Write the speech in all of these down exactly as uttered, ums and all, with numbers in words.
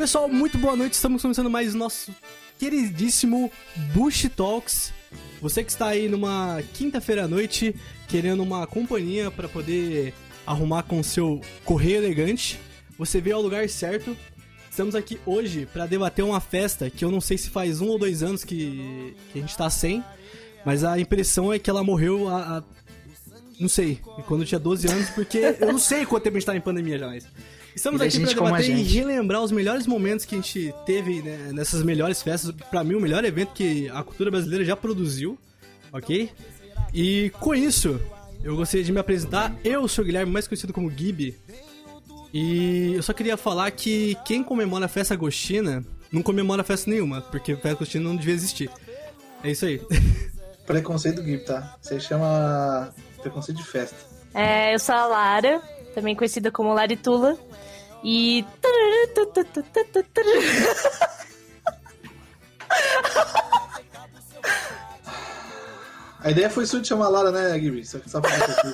Pessoal, muito boa noite. Estamos começando mais nosso queridíssimo Bush Talks. Você que está aí numa quinta-feira à noite querendo uma companhia para poder arrumar com o seu correio elegante, você veio ao lugar certo. Estamos aqui hoje para debater uma festa que eu não sei se faz um ou dois anos que, que a gente tá sem, mas a impressão é que ela morreu há, há não sei, quando eu tinha doze anos, porque eu não sei quanto tempo a gente tá em pandemia já, mas... Estamos aqui para debater e relembrar os melhores momentos que a gente teve, né, nessas melhores festas. Pra mim, o melhor evento que a cultura brasileira já produziu, ok? E com isso, eu gostaria de me apresentar. Eu sou o Guilherme, mais conhecido como Gibi. E eu só queria falar que quem comemora a festa agostina não comemora festa nenhuma, porque festa agostina não devia existir. É isso aí. Preconceito do Gibi, tá? Você chama preconceito de festa. É, eu sou a Lara, também conhecida como Laritula. E... A ideia foi sua de chamar a Lara, né, Gibi? Só que só pra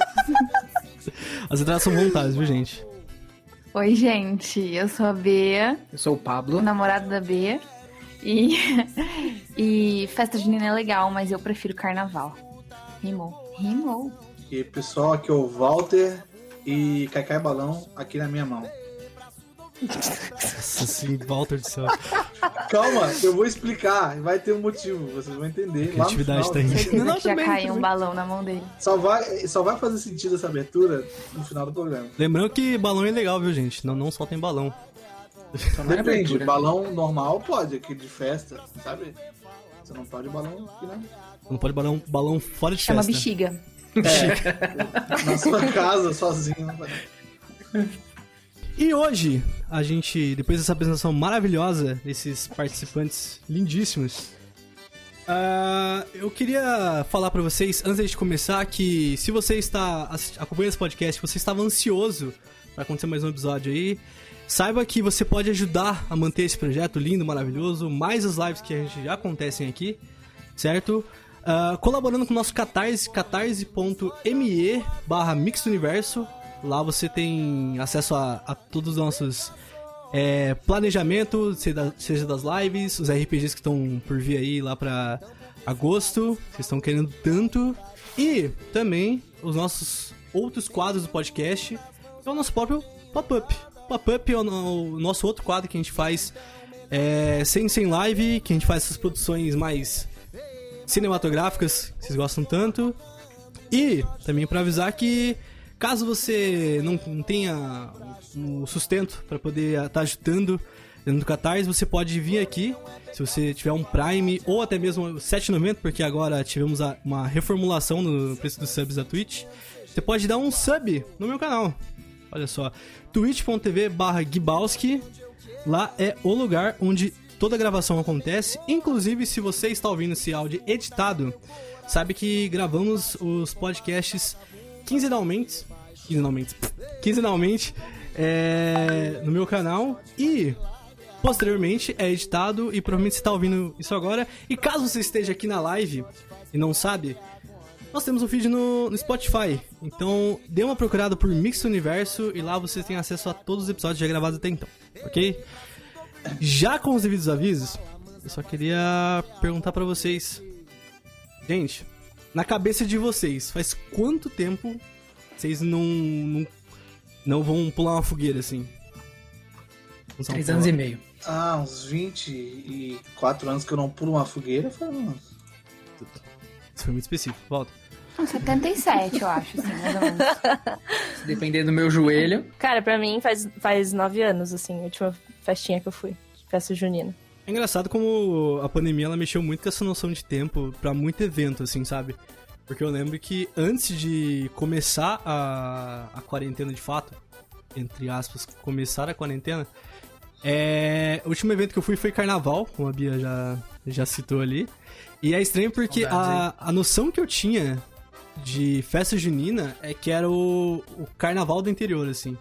As entradas são voluntárias, viu, gente? Oi, gente. Eu sou a Bea. Eu sou o Pablo. O namorado da Bea. E... e festa junina é legal, mas eu prefiro carnaval. Rimou. Rimou. E pessoal, aqui é o Walter e Cacai Balão aqui na minha mão. Nossa, sim, Walter do céu. Calma, eu vou explicar. Vai ter um motivo, vocês vão entender. A criatividade tá indo. Não, já caiu um balão na mão dele. Só vai, só vai fazer sentido essa abertura no final do programa. Lembrando que balão é legal, viu, gente? Não, não só tem balão. Depende, abertura, balão né? Normal pode, aqui de festa, sabe? Você não pode balão aqui, né? Não pode balão, balão fora de Chama festa. Chama bexiga. É, na sua casa, sozinho. E hoje, a gente, depois dessa apresentação maravilhosa desses participantes lindíssimos, uh, eu queria falar pra vocês, antes de começar, que se você está acompanhando esse podcast, você estava ansioso pra acontecer mais um episódio aí, saiba que você pode ajudar a manter esse projeto lindo, maravilhoso, mais as lives que a gente já acontecem aqui, certo? Uh, colaborando com o nosso Catarse, catarse.me barra mixuniverso. Lá você tem acesso a, a todos os nossos é, planejamentos, seja das lives, os R P Gs que estão por vir aí lá pra agosto, vocês estão querendo tanto. E também os nossos outros quadros do podcast, é o nosso próprio pop-up. Pop-up é o, o nosso outro quadro que a gente faz é, sem, sem live, que a gente faz essas produções mais cinematográficas, que vocês gostam tanto. E também pra avisar que caso você não, não tenha o um sustento para poder estar tá ajudando dentro do Catarse, você pode vir aqui, se você tiver um Prime ou até mesmo sete reais e noventa centavos, porque agora tivemos a, uma reformulação no preço dos subs da Twitch. Você pode dar um sub no meu canal. Olha só, twitch.tv barra Gibowski. Lá é o lugar onde toda a gravação acontece. Inclusive, se você está ouvindo esse áudio editado, sabe que gravamos os podcasts quinzenalmente, quinzenalmente, quinzenalmente é, no meu canal e posteriormente é editado e provavelmente você está ouvindo isso agora. E caso você esteja aqui na live e não sabe, nós temos um feed no, no Spotify, então dê uma procurada por Mix Universo e lá você tem acesso a todos os episódios já gravados até então, ok? Já com os devidos avisos, eu só queria perguntar pra vocês, gente, na cabeça de vocês, faz quanto tempo vocês não, não, não vão pular uma fogueira, assim? Três anos e meio. Ah, uns vinte e quatro anos que eu não pulo uma fogueira, foi uns... Isso foi muito específico, volta. setenta e sete, eu acho, assim, mais ou menos. Se depender do meu joelho. Cara, pra mim faz, faz nove anos, assim, a última festinha que eu fui, festa junina. É engraçado como a pandemia, ela mexeu muito com essa noção de tempo pra muito evento, assim, sabe? Porque eu lembro que antes de começar a, a quarentena de fato, entre aspas, começar a quarentena, é, o último evento que eu fui foi carnaval, como a Bia já, já citou ali. E é estranho porque a, a noção que eu tinha de festa junina é que era o, o carnaval do interior, assim.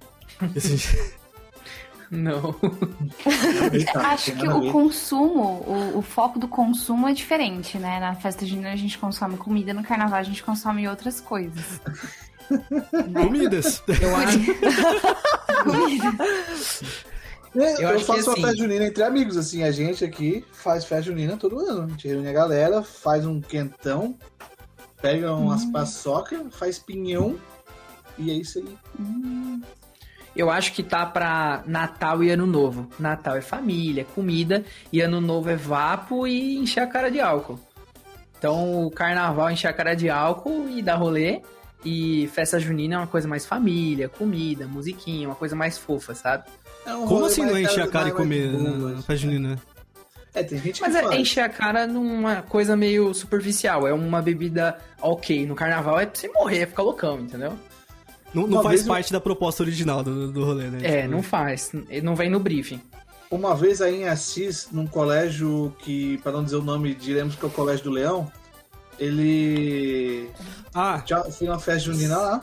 Não. Acho que o consumo, o, o foco do consumo é diferente, né? Na festa junina a gente consome comida, no carnaval a gente consome outras coisas. Comidas. Eu acho. Comida. É, eu, eu faço uma assim... festa junina entre amigos, assim, a gente aqui faz festa junina todo ano. A gente reúne a galera, faz um quentão, pega umas hum. paçoca, faz pinhão e é isso aí. Hum. Eu acho que tá pra Natal e Ano Novo. Natal é família, comida, e Ano Novo é vapo e encher a cara de álcool. Então o Carnaval encher a cara de álcool e dar rolê, e festa junina é uma coisa mais família, comida, musiquinha, uma coisa mais fofa, sabe? É um Como assim não encher a cara e comer na festa junina? É, tem gente que Mas faz. é encher a cara numa coisa meio superficial, é uma bebida ok. No Carnaval é pra você morrer, ficar loucão, entendeu? Não, não faz parte eu... da proposta original do, do rolê, né? É, tipo... não faz. Não vem no briefing. Uma vez aí em Assis, num colégio que, para não dizer o nome, diremos que é o Colégio do Leão, ele... Ah! Já foi uma festa junina lá.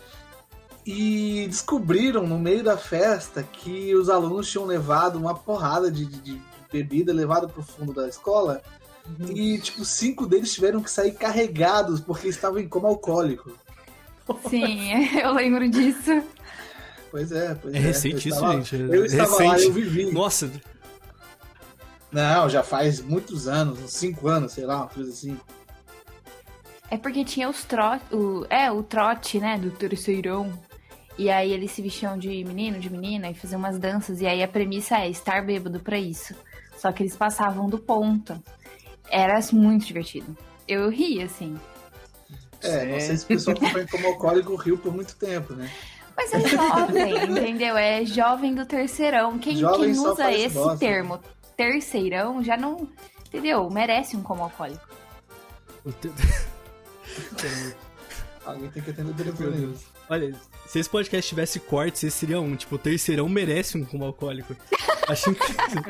E descobriram no meio da festa que os alunos tinham levado uma porrada de, de, de bebida levada pro fundo da escola. Uhum. E, tipo, cinco deles tiveram que sair carregados porque estavam em coma alcoólico. Sim, eu lembro disso. Pois é, pois é. É recente isso, estava, gente. Eu estava recente. lá, eu vivi. Nossa. Não, já faz muitos anos, uns cinco anos, sei lá, uma coisa assim. É porque tinha os trote, o, é, o trote, né, do terceirão. E aí eles se vestiam de menino, de menina e faziam umas danças. E aí a premissa é estar bêbado pra isso. Só que eles passavam do ponto. Era muito divertido. Eu ria, assim. É, não sei se o pessoal que foi como alcoólico riu por muito tempo, né? Mas é jovem, entendeu? É jovem do terceirão. Quem, quem usa esse bosta, termo, né? Terceirão, já não, entendeu? Merece um como alcoólico. Alguém tem que atender o telefone. Olha, se esse podcast tivesse cortes, esse seria um. Tipo, o terceirão merece um como alcoólico. Acho incrível.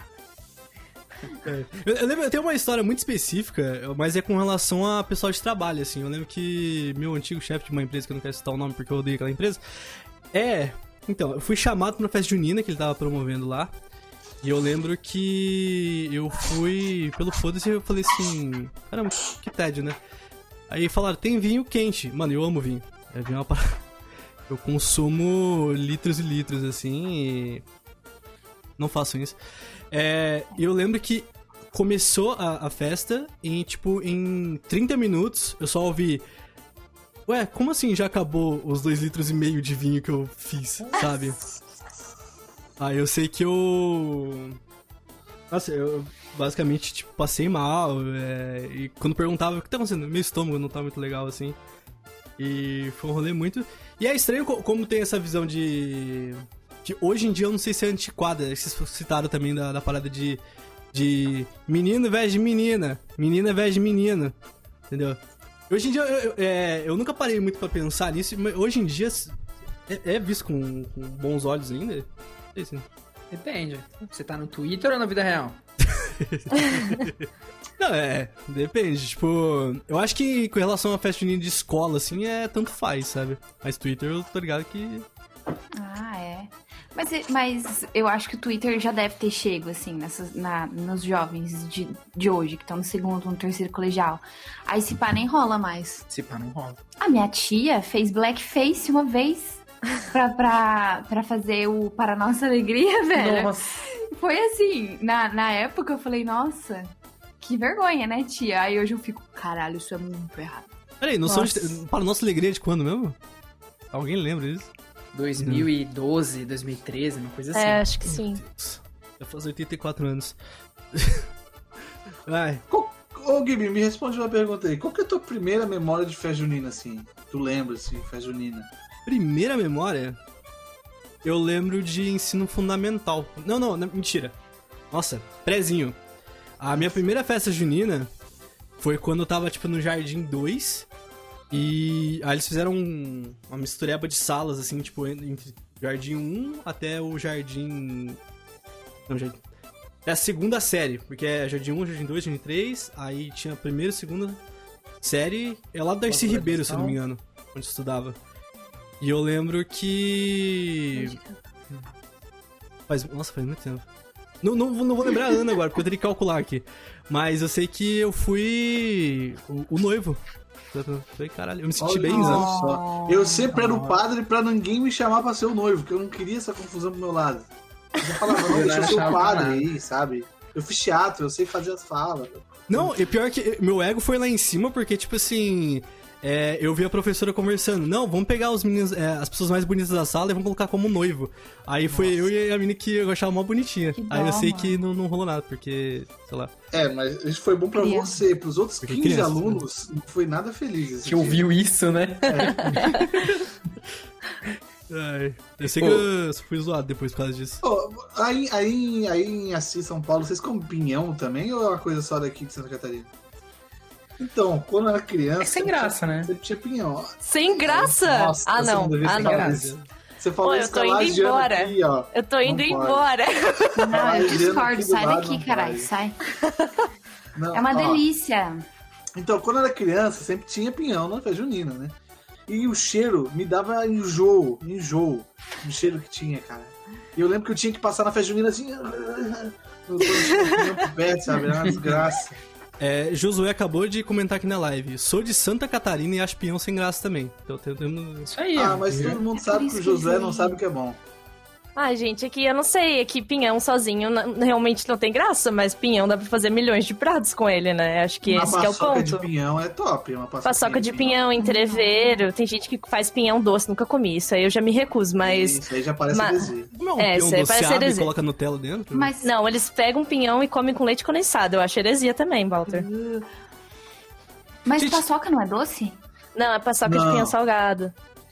É. Eu, eu lembro, eu tenho uma história muito específica, mas é com relação a pessoal de trabalho, assim. Eu lembro que meu antigo chefe de uma empresa, que eu não quero citar o nome porque eu odeio aquela empresa, é... Então, eu fui chamado pra uma festa junina que ele tava promovendo lá, e eu lembro que eu fui pelo foda-se e eu falei assim... Caramba, que tédio, né? Aí falaram, tem vinho quente. Mano, eu amo vinho. É vinho é uma parada... Eu consumo litros e litros, assim, e... Não façam isso. É, eu lembro que começou a, a festa e, tipo, em trinta minutos eu só ouvi... Ué, como assim já acabou os dois litros e meio de vinho que eu fiz, sabe? Aí eu sei que eu... Nossa, eu basicamente, tipo, passei mal. É, e quando perguntava o que tá acontecendo, meu estômago não tá muito legal, assim. E foi um rolê muito... E é estranho como tem essa visão de... Que hoje em dia eu não sei se é antiquada. Vocês citaram também da, da parada de, de menino veste de menina, menina veste de menino, entendeu? Hoje em dia eu, eu, é, eu nunca parei muito pra pensar nisso, mas hoje em dia é, é visto com, com bons olhos ainda? É assim. Depende. Você tá no Twitter ou na vida real? Não, é, depende. Tipo, eu acho que com relação à festa junina de escola, assim, é tanto faz, sabe? Mas Twitter eu tô ligado que... Ah, é. Mas, mas eu acho que o Twitter já deve ter chego, assim, nessas, na, nos jovens de, de hoje, que estão no segundo, no terceiro colegial. Aí se pá nem rola mais. Se pá não rola. A minha tia fez blackface uma vez pra, pra, pra fazer o Para Nossa Alegria, velho. Nossa. Foi assim, na, na época eu falei, nossa, que vergonha, né, tia? Aí hoje eu fico, caralho, isso é muito errado. Peraí, noção de, Para Nossa Alegria de quando mesmo? Alguém lembra disso? dois mil e doze, dois mil e treze, uma coisa assim. É, acho que sim. Eu faço oitenta e quatro anos. Vai. Ô, Gibi, me responde uma pergunta aí. Qual que é a tua primeira memória de festa junina, assim? Tu lembra, assim, festa junina? Primeira memória? Eu lembro de ensino fundamental. Não, não, não, mentira. Nossa, prézinho. A minha primeira festa junina foi quando eu tava, tipo, no Jardim dois... E aí eles fizeram um, uma mistureba de salas, assim, tipo, entre Jardim um até o Jardim... Não, Jardim... É a segunda série, porque é Jardim um, Jardim dois, Jardim três, aí tinha a primeira e segunda série, é lá do Darcy Ribeiro, se eu não me engano, onde eu estudava. E eu lembro que... Faz... Nossa, faz muito tempo. Não, não, não vou lembrar a Ana agora, porque eu teria que calcular aqui. Mas eu sei que eu fui o, o noivo. Falei, caralho, eu me senti bem, só. Eu sempre era o padre pra ninguém me chamar pra ser o noivo, porque eu não queria essa confusão pro meu lado. Eu falava, não, Eu deixa eu não ser o achava padre nada. aí, sabe? Eu fiz teatro, eu sei fazer as falas. Não, e pior que meu ego foi lá em cima, porque, tipo assim, é, eu vi a professora conversando. Não, vamos pegar os meninos, é, as pessoas mais bonitas da sala e vamos colocar como noivo. Aí foi eu e a menina que eu achava mó bonitinha. Que Aí eu dó, sei mano. que não, não rolou nada, porque, sei lá. É, mas isso foi bom pra Criança. você. Pros outros Porque quinze criança, alunos, não foi nada feliz. esse Que dia. ouviu isso, né? Ai, eu sei Pô. que eu fui zoado depois por causa disso. Ô, aí, aí, aí em Assis, São Paulo, vocês comem pinhão também ou é uma coisa só daqui de Santa Catarina? Então, quando eu era criança... É sem graça, né? Sempre tinha pinhão. Sem graça? Nossa, ah, você não. devia Ah, ter não. falado isso. Você falou Pô, eu tô escalagem indo de ano embora. aqui, ó. Eu tô indo Não pode. embora. Não, eu Mas discordo. aqui do Sai lado daqui, não caralho. pode. Sai. Não, É uma ó, delícia. Então, quando eu era criança, sempre tinha pinhão na festa junina, né? E o cheiro me dava enjoo, enjoo, o cheiro que tinha, cara. E eu lembro que eu tinha que passar na festa junina assim, no pinhão por perto, sabe? Era uma desgraça. É, Josué acabou de comentar aqui na live. Sou de Santa Catarina e acho pinhão sem graça também. Então temos... Isso aí. Ah, ó. mas todo mundo É sabe por que isso o que Josué eles não vêm. sabe o que é bom. Ai, gente, aqui eu não sei, aqui pinhão sozinho n- realmente não tem graça, mas pinhão dá pra fazer milhões de pratos com ele, né? Acho que Uma esse que é o paçoca de ponto. pinhão é top. Uma paçoquinha Paçoca de pinhão, entreveiro, tem gente que faz pinhão doce, nunca comi isso, aí eu já me recuso, mas... Isso aí já parece mas- desejo. Como é um É, pinhão isso aí parece doceado e heresia. coloca Nutella dentro? Mas, Não, eles pegam pinhão e comem com leite condensado, eu acho heresia também, Walter. mas Gente- paçoca não é doce? Não, é paçoca de Não. pinhão salgado.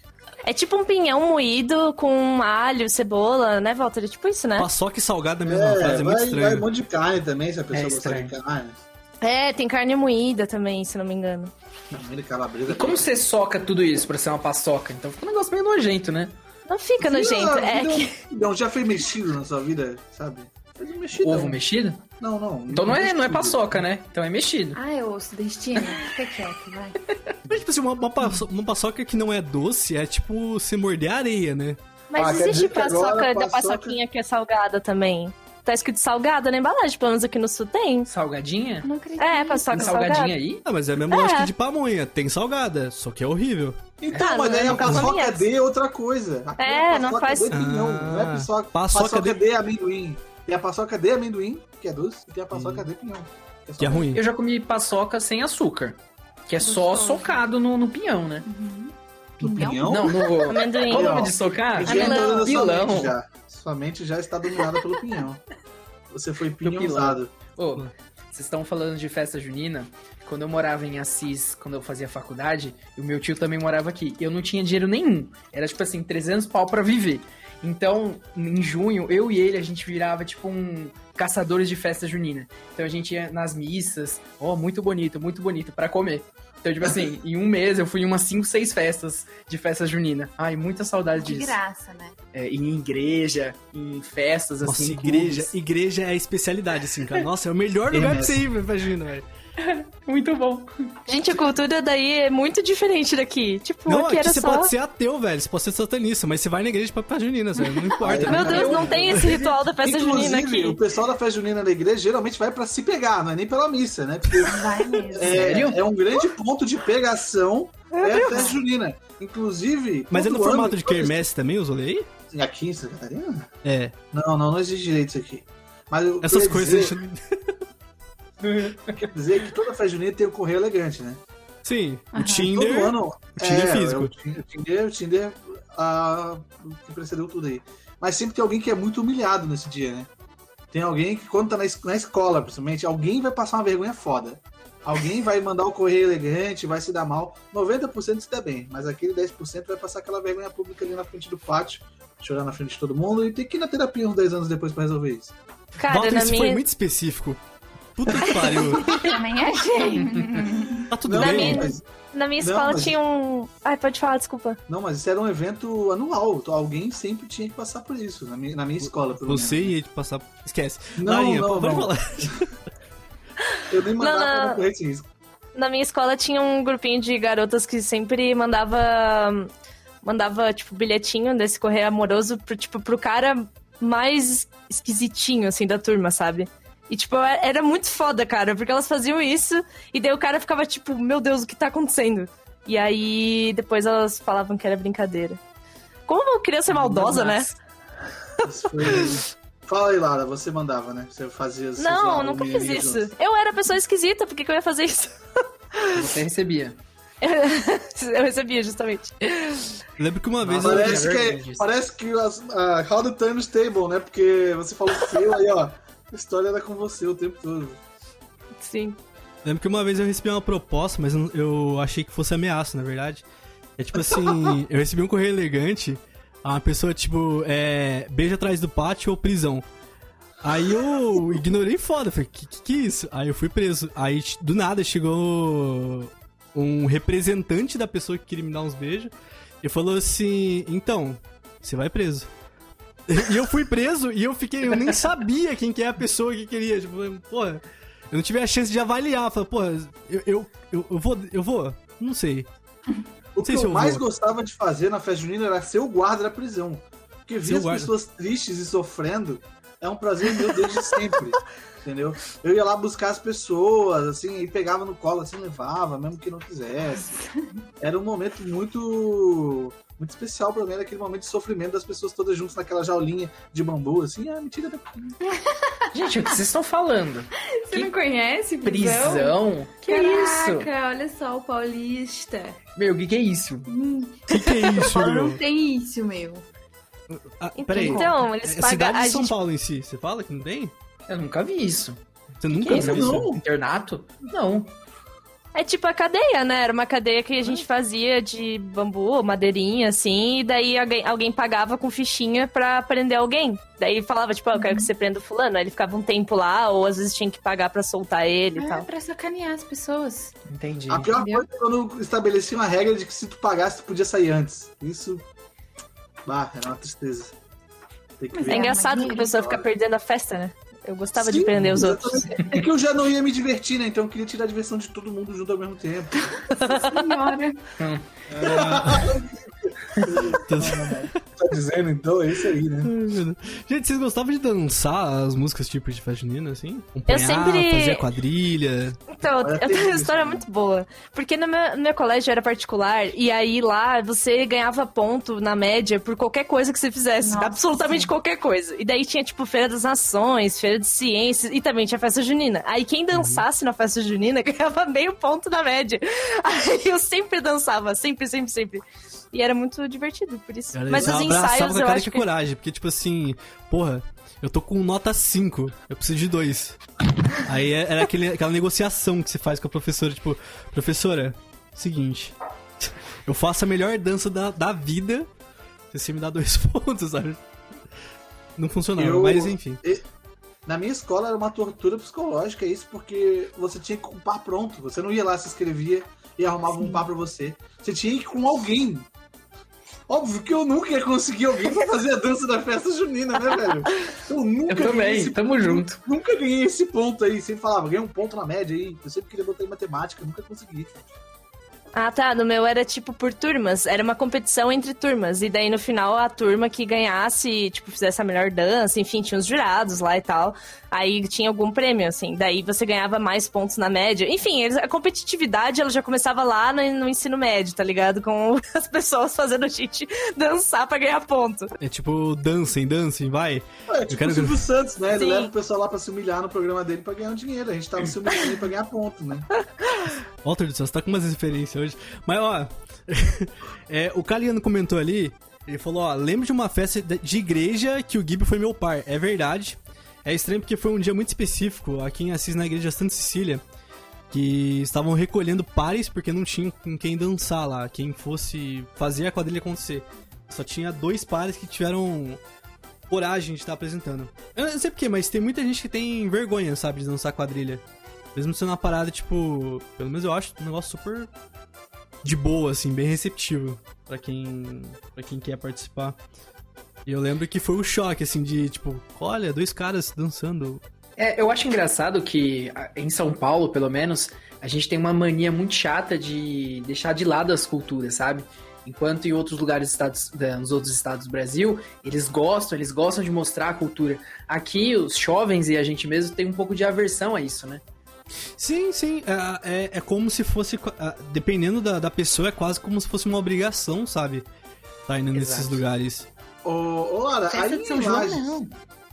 É tipo um pinhão moído com alho, cebola, né, Walter? É tipo isso, né? Paçoca e salgado na mesma É, frase, é muito vai, vai estranho. um monte de carne também, se a pessoa É gostar de estranho. carne. É, tem carne moída também, se não me engano. Carne de calabresa. E como você soca tudo isso pra ser uma paçoca? Então fica um negócio meio nojento, né? Não fica nojento, é que... Não, já foi mexido na sua vida, sabe? Fez um mexido. Ovo mexido? Não, não. Então não é, não é mexido. paçoca, né? Então é mexido. Ah, eu ouço destino. Fica quieto, vai. Mas, tipo assim, uma, uma, paço- uma paçoca que não é doce é tipo você morder areia, né? Mas Ah, quer dizer existe que agora paçoca da paçoca- paçoquinha que é salgada também. Tá escrito salgada na embalagem, pelo menos aqui no sul tem. Salgadinha? Não acredito. É, paçoca Tem salgada. salgadinha aí? Ah, mas é a mesma lógica de pamonha. Tem salgada, só que é horrível. Então, Ah, mas não, daí no a caso da paçoca minha. D é outra coisa. Aqui É, a não paçoca faz- D é pinhão, não é Ah, paçoca. paçoca Paçoca, de- D é amendoim. Tem a paçoca de amendoim, que é doce, e tem a paçoca D pinhão. Que é, só Que é ruim. Eu já comi paçoca sem açúcar. Que é só Gostoso. socado no, no pinhão, né? No Pinhão? pinhão? Não, no. Amendoim. Qual o nome de socar? Já entrou na sua Pilão. mente já. Sua mente já está dominada pelo pinhão. Você foi pinhãozado. Ô, vocês estão falando de festa junina. Quando eu morava em Assis, quando eu fazia faculdade, e o meu tio também morava aqui. Eu não tinha dinheiro nenhum. Era tipo assim, trezentos pau pra viver. Então, em junho, eu e ele, a gente virava tipo um caçadores de festa junina. Então a gente ia nas missas, ó, muito bonito, muito bonito, pra comer. Então, tipo assim, em um mês eu fui em umas cinco, seis festas de festa junina. Ai, muita saudade De disso. graça, né? É, em igreja, em festas, Nossa, assim, igreja, clubes. igreja é a especialidade, assim, cara. Nossa, é o melhor É lugar pra mesmo. você ir, imagina, velho. Muito bom. Gente, a cultura daí é muito diferente daqui. Tipo, Não, aqui aqui era você só... pode ser ateu, velho. Você pode ser satanista, mas você vai na igreja pra pra junina, velho. Não importa. Meu né? Deus, não tem esse ritual da festa junina Inclusive, aqui. o pessoal da festa junina da igreja geralmente vai pra se pegar, não é nem pela missa, né? Porque Vai mesmo. é, Sério? é um grande ponto de pegação é a festa junina. Inclusive. Mas é no todo formato ano- de quermesse também, os olhei? Aqui em Santa Catarina? É. Não, não, não existe direito isso aqui. Mas eu Essas queria coisas. Dizer, quer dizer que toda festa junina tem o correio elegante, né? Sim, o Todo Tinder. ano. o Tinder é, físico. O Tinder, o Tinder, o Tinder ah, que precedeu tudo aí. Mas sempre tem alguém que é muito humilhado nesse dia, né? Tem alguém que, quando tá na, es- na escola, principalmente, alguém vai passar uma vergonha foda. Alguém vai mandar o correio elegante, vai se dar mal. noventa por cento se dá bem, mas aquele dez por cento vai passar aquela vergonha pública ali na frente do pátio, chorar na frente de todo mundo e ter que ir na terapia uns dez anos depois pra resolver isso. Cara, Walter, na isso foi minha... muito específico. Puta que pariu. Também achei. Tá tudo Não, Na bem. minha- mas, Na minha Não, escola mas- tinha um... Ai, pode falar, desculpa. não, mas isso era um evento anual. Então, alguém sempre tinha que passar por isso, na minha, na minha escola, pelo Você menos. ia te passar. Esquece. Não, Larinha, não, pode não. falar. Eu nem mandava Não, pra não. não correr esse risco. Na minha escola tinha um grupinho de garotas que sempre mandava... Mandava, tipo, bilhetinho desse correio amoroso pro, tipo, pro cara mais esquisitinho, assim, da turma, sabe? E, tipo, era muito foda, cara, porque elas faziam isso e daí o cara ficava, tipo, meu Deus, o que tá acontecendo? E aí, depois elas falavam que era brincadeira. Como uma criança é maldosa, né? Isso foi, Fala aí, Lara, você mandava, né? Você fazia... Você Não, zoava nunca o fiz menino isso. junto. Eu era pessoa esquisita, por que, que eu ia fazer isso? Você recebia. Eu recebia, justamente. Lembro que uma vez eu... Parece tinha vergonha que, disso. parece que as, a How the Turns Table, né? Porque você falou seu, aí ó, a história era com você o tempo todo. Sim. Lembro que uma vez eu recebi uma proposta, mas eu, não- eu achei que fosse ameaça, na verdade. É tipo assim, eu recebi um correio elegante, uma pessoa tipo, é, beijo atrás do pátio ou prisão. Aí eu ignorei foda, falei, que, que que é isso? Aí eu fui preso. Aí do nada chegou um representante da pessoa que queria me dar uns beijos e falou assim, então, você vai preso. E eu fui preso e eu fiquei, eu nem sabia quem que é a pessoa que queria, tipo, porra, eu não tive a chance de avaliar, falei, porra, eu, eu, eu, eu vou, eu vou, não sei. O que sei se eu eu mais vou. gostava de fazer na festa junina era ser o guarda da prisão. Porque Ser ver o as guarda. pessoas tristes e sofrendo é um prazer meu desde sempre. Entendeu? Eu ia lá buscar as pessoas, assim, e pegava no colo, assim, levava, mesmo que não quisesse. Era um momento muito... muito especial pra mim, era aquele momento de sofrimento das pessoas todas juntas naquela jaulinha de bambu, assim, ah, mentira da... Gente, o que vocês estão falando? Você não conhece prisão? Prisão? Que Caraca, isso? olha só o paulista. Meu, o que, que é isso? O que, que é isso, Paulo meu? não tem isso, meu. Ah, peraí, Então, eles é a pagam... cidade a de São gente- Paulo em si, você fala que não tem? Eu nunca vi isso. Você Que nunca isso? viu isso? Não. Internato? Não. É tipo a cadeia, né? Era uma cadeia que a gente fazia de bambu, madeirinha, assim, e daí alguém, alguém pagava com fichinha pra prender alguém. Daí falava, tipo, ah, eu quero que você prenda o fulano. Aí ele ficava um tempo lá, ou às vezes tinha que pagar pra soltar ele e Ah, tal. pra sacanear as pessoas. Entendi. A pior Entendeu? coisa é quando estabeleci uma regra de que se tu pagasse, tu podia sair antes. Isso... Bah, era uma tristeza. Tem que Mas É ver. engraçado que a maneiro. pessoa fica perdendo a festa, né? Eu gostava de Sim, prender os outros. exatamente. É que eu já não ia me divertir, né? Então eu queria tirar a diversão de todo mundo junto ao mesmo tempo. Senhora. Tá dizendo, então? É isso aí, né? Gente, vocês gostavam de dançar as músicas tipo de festa junina, assim? Eu Acompanhar, sempre- fazer quadrilha. Então, Olha, eu tem tenho uma isso, história né? muito boa. Porque no meu, no meu colégio era particular, e aí lá você ganhava ponto na média por qualquer coisa que você fizesse. Nossa, absolutamente sim. qualquer coisa. E daí tinha, tipo, Feira das Nações, Feira de Ciências, e também tinha festa junina. Aí quem dançasse na festa junina ganhava meio ponto na média. Aí eu sempre dançava, sempre, sempre, sempre. E era muito divertido, por isso. Cara, Mas eles os abraçavam ensaios com a eu cara acho de que... coragem, porque tipo assim, porra, eu tô com nota cinco, eu preciso de dois. Aí é- era aquele, aquela negociação que você faz com a professora, tipo, professora, seguinte, eu faço a melhor dança da, da vida, se você me dá dois pontos, sabe? Não funcionava, Eu- mas enfim. E- Na minha escola era uma tortura psicológica isso, porque você tinha que ir com o par pronto. Você não ia lá, se inscrevia e arrumava um par pra você. Você tinha que ir com alguém. Óbvio que eu nunca ia conseguir alguém pra fazer a dança da festa junina, né, velho? Eu nunca Eu ganhei também, esse tamo ponto, junto. Nunca ganhei esse ponto aí. Sempre falava, ganhei um ponto na média aí. Eu sempre queria botar em matemática, nunca consegui. Ah, tá. No meu era tipo por turmas. Era uma competição entre turmas. E daí no final a turma que ganhasse, tipo, fizesse a melhor dança, enfim, tinha os jurados lá e tal. Aí tinha algum prêmio, assim. Daí você ganhava mais pontos na média. Enfim, eles- a competitividade ela já começava lá no, no ensino médio, tá ligado? Com as pessoas fazendo a gente dançar pra ganhar ponto. É tipo, dancem, dancem, vai. É, tipo quero o Silvio Santos, né? Ele Sim. leva o pessoal lá pra se humilhar no programa dele pra ganhar um dinheiro. A gente tava se humilhando aí pra ganhar ponto, né? Walter do céu, você tá com umas referências hoje. Mas, ó, é, o Caliano comentou ali, ele falou, ó, lembro de uma festa de de igreja que o Gibi foi meu par. É verdade. É estranho porque foi um dia muito específico aqui em Assis, na igreja Santa Cecília, que estavam recolhendo pares porque não tinha com quem dançar lá, quem fosse fazer a quadrilha acontecer. Só tinha dois pares que tiveram coragem de estar apresentando. Eu não sei porquê, mas tem muita gente que tem vergonha, sabe, de dançar quadrilha. Mesmo sendo uma parada, tipo... Pelo menos eu acho um negócio super de boa, assim, bem receptivo pra quem, pra quem quer participar. E eu lembro que foi um choque, assim, de, tipo... Olha, dois caras dançando. É, eu acho engraçado que a- em São Paulo, pelo menos, a gente tem uma mania muito chata de deixar de lado as culturas, sabe? Enquanto em outros lugares, estados, da- nos outros estados do Brasil, eles gostam, eles gostam de mostrar a cultura. Aqui, os jovens e a gente mesmo tem um pouco de aversão a isso, né? Sim, sim. É, é, é como se fosse... ah, Dependendo da, da pessoa, é quase como se fosse uma obrigação, sabe? Tá indo nesses Exato. lugares. Ô, ô Lara, Festa aí de São em João, Lages, não.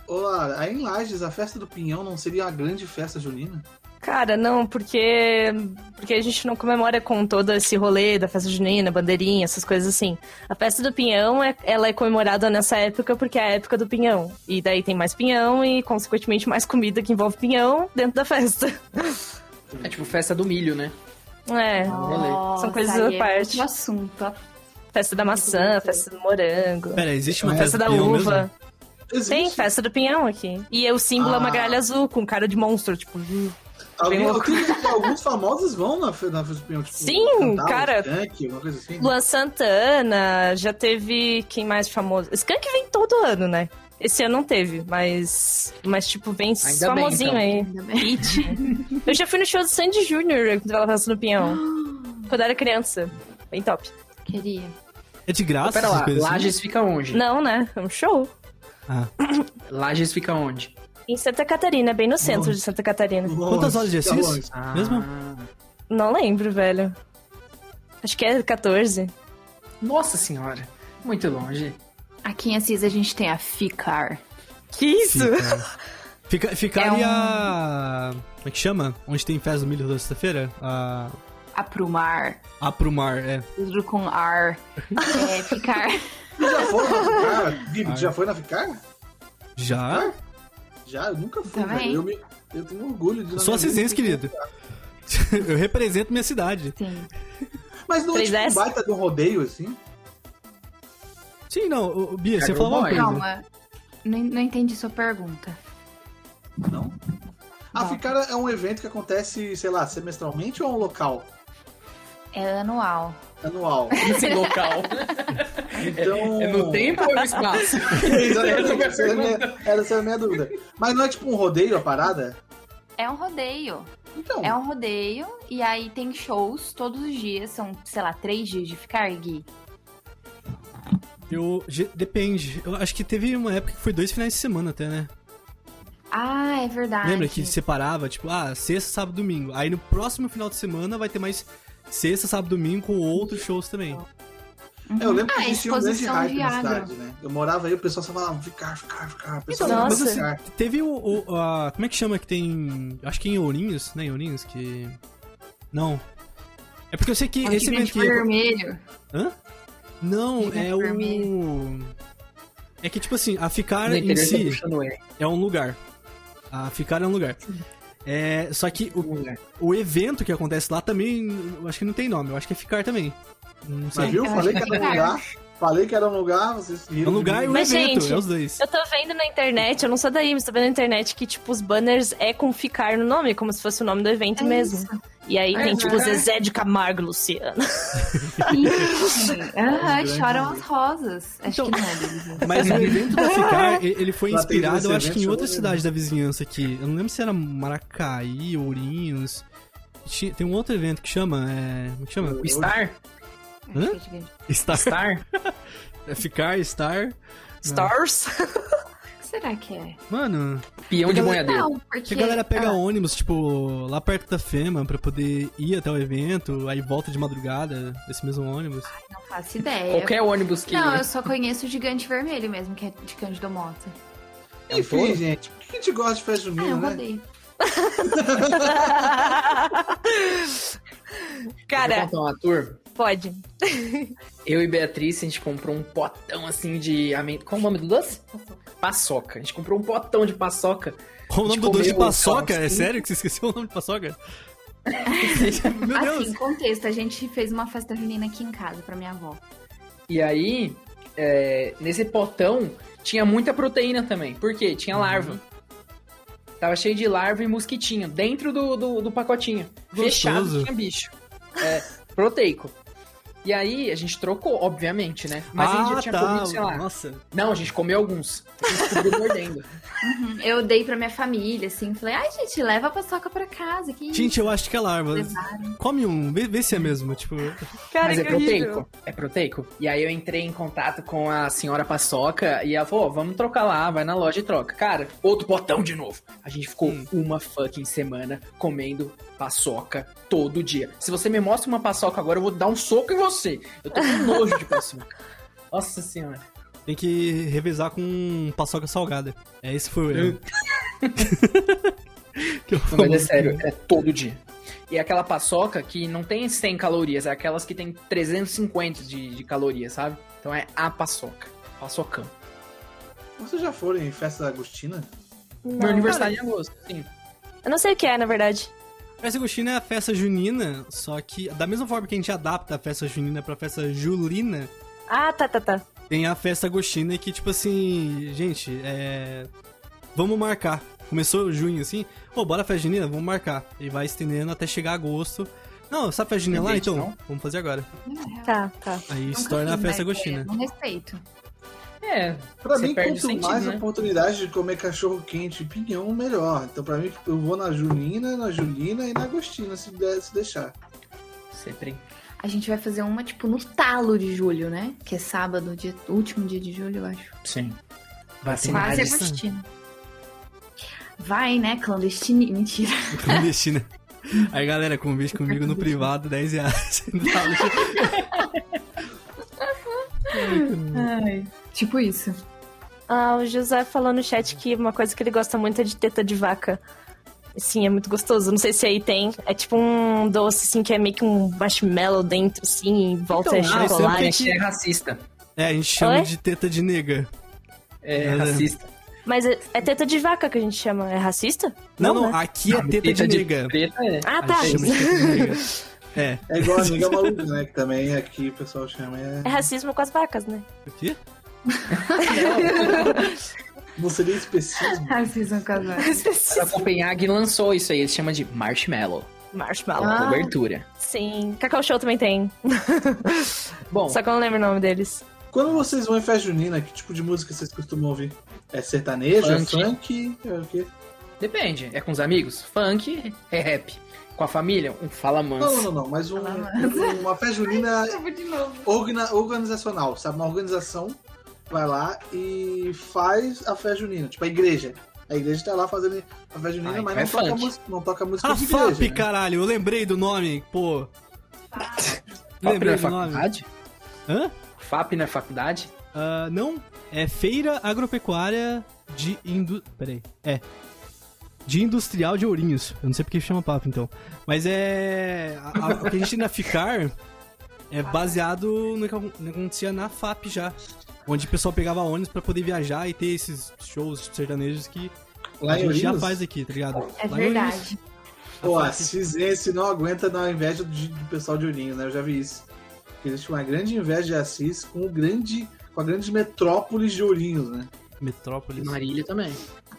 Olá, aí em Lages, a festa do Pinhão não seria uma grande festa junina? Cara, não, porque porque a gente não comemora com todo esse rolê da festa junina, bandeirinha, essas coisas assim. A festa do Pinhão, é, ela é comemorada nessa época porque é a época do pinhão. E daí tem mais pinhão e, consequentemente, mais comida que envolve pinhão dentro da festa. É tipo festa do milho, né? É, Nossa, são coisas aí à é parte. outro assunto. Festa da maçã, festa do morango, Pera, existe uma festa festa da do pinhão uva. mesmo? Existe. Tem festa do pinhão aqui. E o símbolo é uma Ah. gralha azul com cara de monstro, tipo... Alguém, bem louco. alguém- alguns famosos vão na, fe- na festa do Pinhão, tipo, Sim, cantar, cara. Skank, uma coisa assim. Luan Santana, já teve... Quem mais famoso? Skank vem todo ano, né? Esse ano não teve, mas... Mas, tipo, vem Ainda famosinho bem, aí. Ainda bem. Hit. Eu já fui no show do Sandy Júnior quando ela festa no Pinhão. Quando eu era criança. Bem top. Queria. É de graça Pera essas lá, coisas assim? Lages fica onde? Não, né? É um show. Ah. Lages fica onde? Em Santa Catarina, bem no centro Longe. de Santa Catarina. Quantas horas de Longe, Assis? longe. Ah, Mesmo? Não lembro, velho. Acho que é catorze. Nossa senhora, muito longe. Aqui em Assis a gente tem a Ficar. Que isso? Fica, fica, ficar É ali um- a... Como é que chama? Onde tem festa do milho toda sexta-feira? A... Aprumar. Aprumar, é. Tudo com ar. É, Ficar. Tu já foi na Ficar? Bibi, tu já foi na Ficar? Já? Já, eu nunca fui, Também. velho. Eu, me- eu tenho orgulho de ir na Sou minha assisense, vida. querido. Eu represento minha cidade. Sim. Mas não é três tipo um S? baita de um rodeio, assim? Sim, não. ô, ô, Bia, você Cara, falou uma eu coisa. vou, Calma. Não, não entendi sua pergunta. Não. A Não. Ficar é um evento que acontece, sei lá, semestralmente ou é um local? É anual. Anual. Esse local. Então... É no tempo ou no espaço? Exatamente, essa era a minha, essa era a minha dúvida. Mas não é tipo um rodeio a parada? É um rodeio. Então, É um rodeio e aí tem shows todos os dias. São, sei lá, três dias de ficar, Gui. Eu... ge- Depende. Eu acho que teve uma época que foi dois finais de semana até, né? Ah, é verdade. Lembra que separava, tipo, ah, sexta, sábado, domingo. Aí no próximo final de semana vai ter mais sexta, sábado, domingo com outros shows também. eu lembro Ah, que existia um grande exposição hype de na agro. cidade, né? Eu morava aí, o pessoal só falava Ficar, Ficar, Ficar. O pessoal Então, falava nossa. Ficar. Teve o, o- a, como é que chama que tem, acho que em Ourinhos, né, em Ourinhos, que... Não. É porque eu sei que Onde esse vem evento de que... vermelho. Hã? Não, Onde vem é de o... vermelho. É que, tipo assim, a Ficar No em interior tá si puxando E. é um lugar. A Ficar é um lugar. É, só que o, o evento que acontece lá também, eu acho que não tem nome, eu acho que é Ficar também. Não sei. Mas viu? Eu Falei acho que que era um é lugar. Falei que era um lugar, vocês É riram. um lugar de e mim. um Mas, evento, gente, é os dois. Eu tô vendo na internet, eu não sou daí, mas tô vendo na internet que, tipo, os banners é com ficar no nome, como se fosse o nome do evento É mesmo. isso. E aí É, tem, tipo, né? Zezé de Camargo e Luciano. Sim. Aham, grande choram música. as rosas. Acho Então- que não é deles. né? Mas o evento da Ficar, e- ele foi Lá tem inspirado, esse eu acho que em evento, outra show, cidade da vizinhança aqui. Eu não lembro se era Maracaí, Ourinhos. Tinha- Tem um outro evento que chama, é... Como que chama? Star? Hã? Acho que é de- Star. Star? É Ficar, Star. Stars. O que será que é? Mano, Peão de Não, boiadeiro. Não, que porque... a galera pega ah, ônibus, tipo, lá perto da Fema pra poder ir até o evento, aí volta de madrugada desse mesmo ônibus. Não faço ideia. Qualquer ônibus que... Não, eu só conheço o Gigante Vermelho mesmo, que é de Cândido Mota. É um Enfim, touro? gente, por que a gente gosta de festa Ah, eu junina, né? rodei. Vou Cara, contar uma tour. pode. Eu e Beatriz, a gente comprou um potão assim de amendoim. Qual o nome do doce? Paçoca. A gente comprou um potão de paçoca. Qual o nome A gente do doce de comeu paçoca? É calcinha. sério que você esqueceu o nome de paçoca? Meu Deus. Assim, contexto, a gente fez uma festa junina aqui em casa pra minha avó. E aí, é, nesse potão, tinha muita proteína também. Por quê? Tinha larva. Tava cheio de larva e mosquitinho dentro do, do, do pacotinho. Gostoso. Fechado, tinha bicho. É, proteico. E aí, a gente trocou, obviamente, né? Mas a gente já tinha comido, sei lá. Nossa. Não, a gente comeu alguns. A gente descobriu mordendo. Uhum, eu dei pra minha família, assim, falei, ai, gente, leva a paçoca pra casa. Que Gente, eu acho que é larva. Levaram. Come um, vê, vê se é mesmo, tipo... Cara, Mas é que horrível. proteico. É proteico. E aí eu entrei em contato com a senhora Paçoca e ela falou, ó, vamos trocar lá, vai na loja e troca. Cara, outro potão de novo. A gente ficou Hum. uma fucking semana comendo paçoca todo dia. Se você me mostra uma paçoca agora, eu vou dar um soco em você. Eu tô com nojo de paçoca. Nossa senhora. tem que revezar com paçoca salgada. É, esse foi o erro. Que eu Não, mas é falo. sério, é todo dia. E é aquela paçoca que não tem cem calorias, é aquelas que tem trezentos e cinquenta de, de calorias, sabe? Então é a paçoca. Paçocão. Vocês já foram em festa da Agostina? Meu aniversário é em agosto, sim. Eu não sei o que é, na verdade. A festa agostina é a festa junina, só que da mesma forma que a gente adapta a festa junina pra festa julina, Ah, tá, tá, tá. tem a festa agostina que, tipo assim, gente, é... vamos marcar. Começou junho, assim, pô, bora festa junina? Vamos marcar. E vai estendendo até chegar agosto. Não, sabe festa junina lá? Depende, Então, não? vamos fazer agora. Tá, tá. Aí se Nunca torna a fiz, festa mas, agostina. é, Não respeito. É, Pra você mim, perde o quanto sentido, mais né? oportunidade de comer cachorro quente e pinhão, melhor. Então, pra mim, eu vou na junina, na julina e na agostina, se, der, se deixar. Sempre. A gente vai fazer uma, tipo, no talo de julho, né? Que é sábado, dia, último dia de julho, eu acho. Sim. Tem Quase mais. agostina. Vai, né? Clandestini... Mentira. Clandestina. Aí, galera, convite comigo no privado, dez reais. Ai, tipo isso. Ah, o José falou no chat que uma coisa que ele gosta muito é de teta de vaca. Sim, é muito gostoso. Não sei se aí tem. É tipo um doce, assim, que é meio que um marshmallow dentro, assim, em volta Então, é ah, chocolate. sempre É racista. É, a gente chama Oi? de teta de nega. É É. racista. Mas é, é teta de vaca que a gente chama. É racista? Não, não, né? aqui é teta de nega. preta é. Ah, A tá. gente chama de teta de nega. É. É igual a nega maluca, né? Que também aqui o pessoal chama. É... É racismo com as vacas, né? O quê? Não seria especismo? Racismo casal. A Copenhague lançou isso aí, eles chamam de marshmallow. Marshmallow. Ah. Cobertura. Sim. Cacau Show também tem. Bom, Só que eu não lembro o nome deles. Quando vocês vão em festa junina, que tipo de música vocês costumam ouvir? É sertanejo? É Funk. funk? É o quê? depende. É com os amigos? Funk, é rap. Com a família? Um fala manso. Não, não, não, não. Mas um, um- uma festa junina de novo. organa- organizacional, sabe? Uma organização vai lá e faz a festa junina. Tipo, a igreja. A igreja tá lá fazendo a festa junina, Ah, mas então não é toca, funk. música, não toca música A de F A P, igreja. né? caralho, eu lembrei do nome, pô. F A P Lembrei não é do nome. faculdade? Hã? F A P não é faculdade? Ah, não, é Feira Agropecuária de Indu... Peraí, é. De Industrial de Ourinhos. Eu não sei porque chama P A P, então. Mas é... a- a- o que a gente tem na FICAR é baseado no que acon- no que acontecia na F A P já. Onde o pessoal pegava ônibus pra poder viajar e ter esses shows sertanejos que Lá a em gente já Ourinhos? faz aqui, tá ligado? É Lá em Ourinhos, verdade. Pô, a a F A P Cisense não aguenta dar inveja do, do pessoal de Ourinhos, né? Eu já vi isso. Existe uma grande inveja de Assis com, o grande, com a grande metrópole de Ourinhos, né? Metrópolis. Marília também.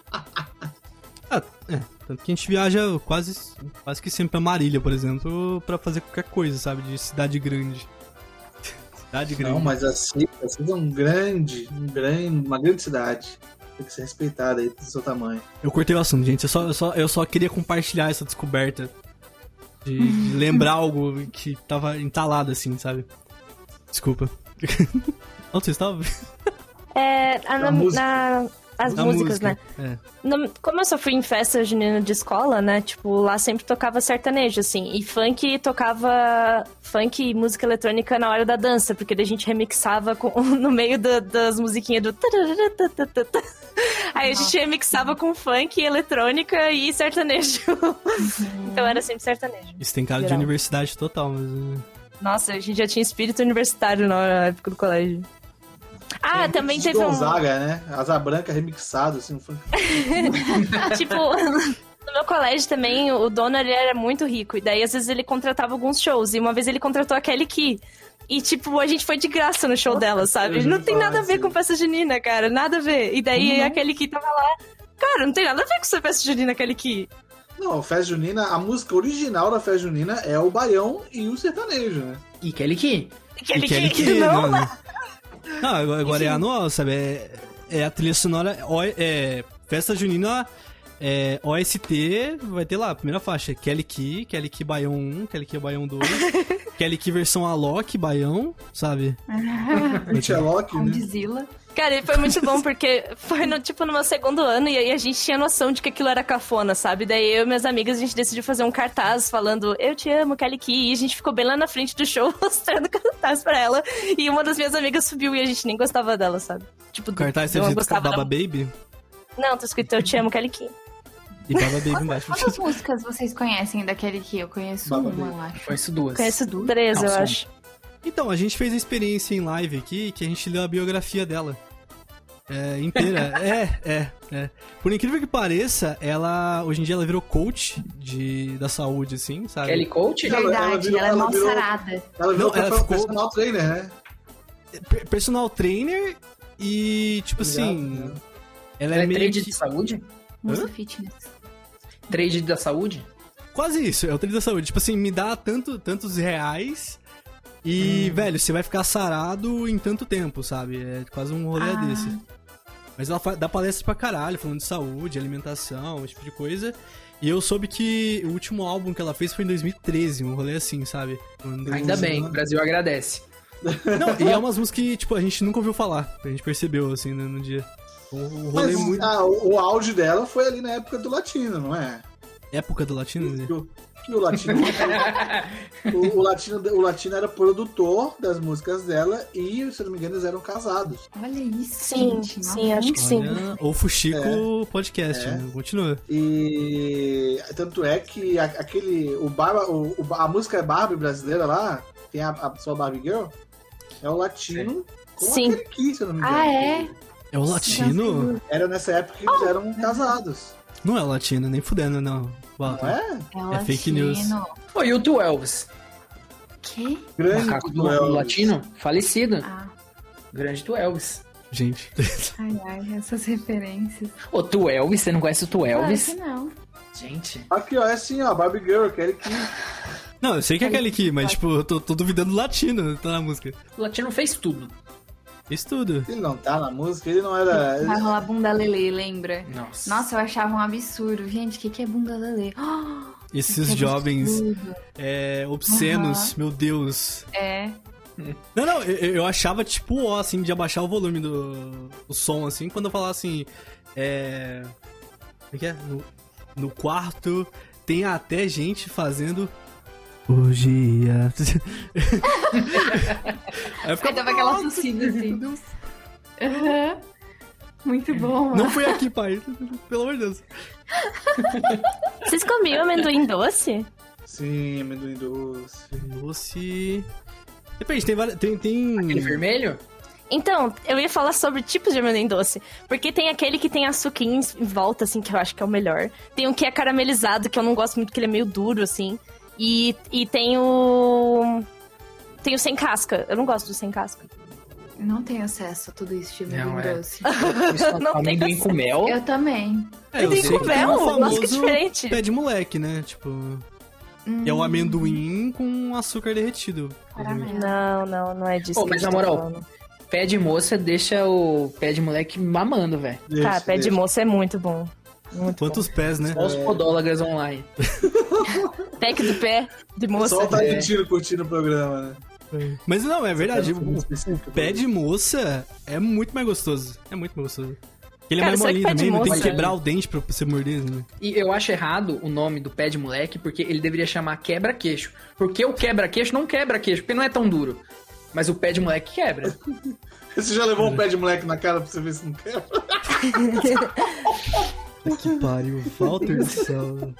Ah, é. Tanto que a gente viaja quase, quase que sempre pra Marília, por exemplo, pra fazer qualquer coisa, sabe? De cidade grande. Cidade grande. Não, mas Assis, Assis é um grande, um grande, uma grande cidade. Tem que ser respeitada aí do seu tamanho. Eu cortei o assunto, gente. Eu só, eu só, eu só queria compartilhar essa descoberta. De, de lembrar algo que tava entalado assim, sabe? Desculpa. Onde você estava? É, a- na, A música. na- as Da músicas, música, né? É. No- como eu só fui em festa junina de escola, né? Tipo, lá sempre tocava sertanejo, assim. E funk tocava funk e música eletrônica na hora da dança, porque daí a gente remixava com- no meio da- das musiquinhas do. tararatatatata. Aí a gente remixava com funk, eletrônica e sertanejo. Então era sempre sertanejo. Isso tem cara de Geral. universidade total, mas. uh, Nossa, a gente já tinha espírito universitário na época do colégio. Ah, também de teve um. Gonzaga, né? Asa Branca remixado, assim. um funk. Tipo, no meu colégio também, o dono ele era muito rico. E daí, às vezes, ele contratava alguns shows. E uma vez ele contratou a Kelly Key. E, tipo, a gente foi de graça no show dela, sabe? eu já Não ouvi tem falar nada a ver disso com aí. festa junina, cara. Nada a ver. E daí, Uhum. a Kelly Key tava lá. Cara, não tem nada a ver com essa festa junina, Kelly Key. Não, a festa junina, a música original da festa junina é o baião e o sertanejo, né? E Kelly Key. Kelly E Kelly Key, Key, não. né? Não, agora, agora é anual, sabe? É, é a trilha sonora. ó, É, festa junina É, O S T vai ter lá, a primeira faixa, Kelly Key, Kelly Key Baião um, Kelly Key Baião dois, Kelly Key versão Alok, Baião, sabe? Alok, né? Condzilla. Cara, e foi muito bom, porque foi, no, tipo, no meu segundo ano, e aí a gente tinha noção de que aquilo era cafona, sabe? Daí eu e minhas amigas, a gente decidiu fazer um cartaz falando, eu te amo, Kelly Key, e a gente ficou bem lá na frente do show, mostrando o cartaz pra ela, e uma das minhas amigas subiu e a gente nem gostava dela, sabe? Tipo, O cartaz eu tá não escrito gostava Baba da... Baby Não, tá escrito eu te amo, Kelly Key. e Baba Baby embaixo. Quantas músicas vocês conhecem daquele que eu conheço Baba uma, Baby. eu acho. Conheço duas. Conheço três, eu Não, só. acho. Então, a gente fez a experiência em live aqui, que a gente leu a biografia dela. É, inteira. é, é, é. Por incrível que pareça, ela, hoje em dia, ela virou coach de, da saúde, assim, sabe? Kelly Coach? Ela- ela Verdade, virou- ela é ela mal virou- sarada. Ela virou Não, ela perso- ficou- personal trainer, né? Per- Personal trainer e, tipo Exato, assim... né? Ela Ela é é meio trade que... de saúde? Música fitness. Trade da saúde? Quase isso, é o trade da saúde. Tipo assim, me dá tanto, tantos reais e, Hum. velho, você vai ficar sarado em tanto tempo, sabe? É quase um rolê Ah. desse. Mas ela fa- dá palestra pra caralho, falando de saúde, alimentação, esse tipo de coisa. E eu soube que o último álbum que ela fez foi em dois mil e treze, um rolê assim, sabe? Quando- Ainda bem, o Brasil agradece. Não, e é umas músicas que, tipo, a gente nunca ouviu falar. A gente percebeu, assim, no, no dia. Um rolê Mas muito... ah, o, o auge dela foi ali na época do latino, não é? Época do latino, né? Que o, que o latino. o, o latino. O latino era produtor das músicas dela e, se eu não me engano, eles eram casados. Olha isso, Sim, gente. sim, nossa. acho que sim. Olha, ou Fuxico Podcast, É. né? Continua. E tanto é que a- aquele. O Barba, o, o- a música Barbie brasileira lá, tem a, a sua Barbie Girl, é o latino com Sim. aquele Kiss, se eu não me engano. Ah, é? É o latino? Era nessa época que eles eram casados. Não é o latino, nem fudendo, não. Walter. Não é? É, o É fake news. latino. Pô, e o Twelves? Que? Grande Macaco do duelo. latino? Falecido. Ah, Grande Twelves. Gente. ai, ai, essas referências. Ô, Twelves, você não conhece o Twelves? Claro que não. Gente. Aqui, ó, é assim, ó, Barbie Girl, aquele que. Não, eu sei que é aquele aqui, mas, tipo, eu tô, tô duvidando do latino, tá na música. O latino fez tudo. Isso tudo. Ele não tá na música, ele não era. Vai rolar bunda lelê, lembra? Nossa. Nossa, eu achava um absurdo. Gente, o que, que é bunda lelê? Oh, Esses que jovens absurdo. é, obscenos, meu Deus. É. Não, não, eu, eu achava, tipo, ó, assim, de abaixar o volume do, do som, assim, quando eu falava assim, é... Como é que é? No, no quarto tem até gente fazendo... Hoje a... Aí eu Aí ficava, dava aquela "Nossa, tossida assim. meu Deus." Aham. Muito bom, mano. Não foi aqui, pai. Pelo amor de Deus. Vocês comiam amendoim doce? Sim, amendoim doce. Doce... Depende, tem várias... Tem, tem... Aquele vermelho? Então, eu ia falar sobre tipos de amendoim doce. Porque tem aquele que tem açuquinhos em volta, assim, que eu acho que é o melhor. Tem um que é caramelizado, que eu não gosto muito, porque ele é meio duro, assim. E, e tem o... Tem o sem casca. Eu não gosto do sem casca. Não tenho acesso a tudo isso de Não, amendoim é. doce. Não tem Amendoim com mel? Eu também. É, eu Tem sei com que tem mel? o Nossa, que famoso diferente. pé de moleque, né? Tipo... Hum, É o amendoim com açúcar derretido. Caramelo. Não, não, não é disso Pô, que a mas gente na tá moral, falando. Pé de moça deixa o pé de moleque mamando, velho. Tá, Deixa, pé de deixa. moça é muito bom. Muito Quantos pés, né? Só os podólogas online. bom. Pack do pé de moça. Só o É. Tarantino curtindo o programa, né? Mas não, é verdade. Tá O, o pé de moça é muito mais gostoso. É muito mais gostoso. Ele é Cara, mais será que molinho pé de também, não tem que moça- quebrar o dente pra você morder, né? E eu acho errado o nome do pé de moleque, porque ele deveria chamar quebra-queixo. Porque o quebra-queixo não quebra queixo, porque não é tão duro. Mas o pé de moleque quebra. Você já levou um pé de moleque na cara pra você ver se não quebra? Que pariu, Walter do céu.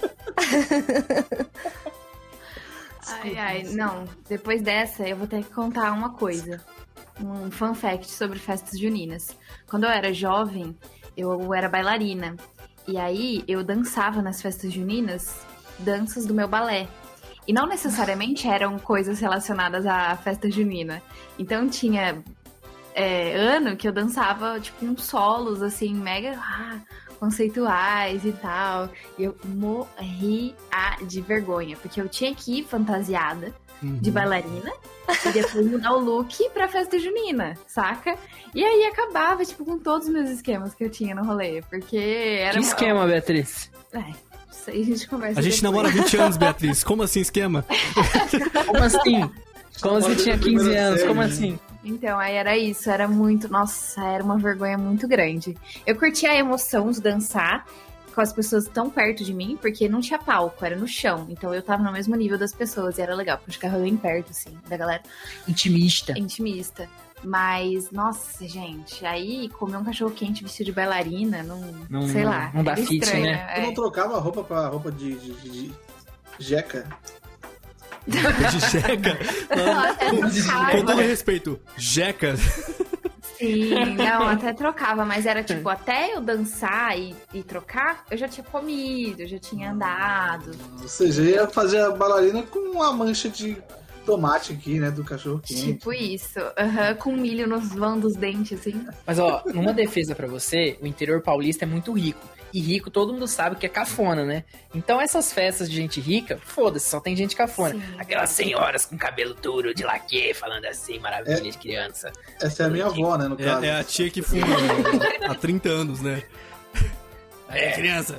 Ai, ai, não. Depois dessa, eu vou ter que contar uma coisa. Um fun fact sobre festas juninas. Quando eu era jovem, eu era bailarina. E aí, eu dançava nas festas juninas danças do meu balé. E não necessariamente eram coisas relacionadas à festa junina. Então, tinha é, ano que eu dançava, tipo, uns solos, assim, mega ah, conceituais e tal. E eu morria de vergonha, porque eu tinha que ir fantasiada uhum. de bailarina e depois mudar o look pra festa junina, saca? E aí acabava, tipo, com todos os meus esquemas que eu tinha no rolê, porque era... Que esquema, Beatriz? É, isso aí a gente conversa A gente depois. namora há vinte anos, Beatriz. Como assim esquema? Como assim? Como você tinha quinze anos? Como assim? Então, aí era isso, era muito... Nossa, era uma vergonha muito grande. Eu curtia a emoção de dançar com as pessoas tão perto de mim, porque não tinha palco, era no chão. Então eu tava no mesmo nível das pessoas e era legal, porque eu ficava bem perto, assim, da galera. Intimista. Intimista. Mas, nossa, gente, aí comer um cachorro quente vestido de bailarina, não, não sei lá. Não dá fit, estranho, né? Tu É. não trocava a roupa pra roupa de, de, de, de jeca? De jeca? Não, até Com todo trocava. respeito, jeca. Sim, não, até trocava, mas era tipo, até eu dançar e, e trocar, eu já tinha comido, eu já tinha andado. Ou seja, ia fazer a bailarina com uma mancha de tomate aqui, né? Do cachorro quente. Tipo isso, aham, com milho nos vãos dos dentes, assim. Mas, ó, numa defesa pra você, o interior paulista é muito rico. E rico todo mundo sabe que é cafona, né? Então essas festas de gente rica, foda-se, só tem gente cafona. Sim. Aquelas senhoras com cabelo duro de laque, falando assim, maravilha de criança. Essa é a minha avó, né? No caso. É, é a tia que fuma há trinta anos, né? É, criança.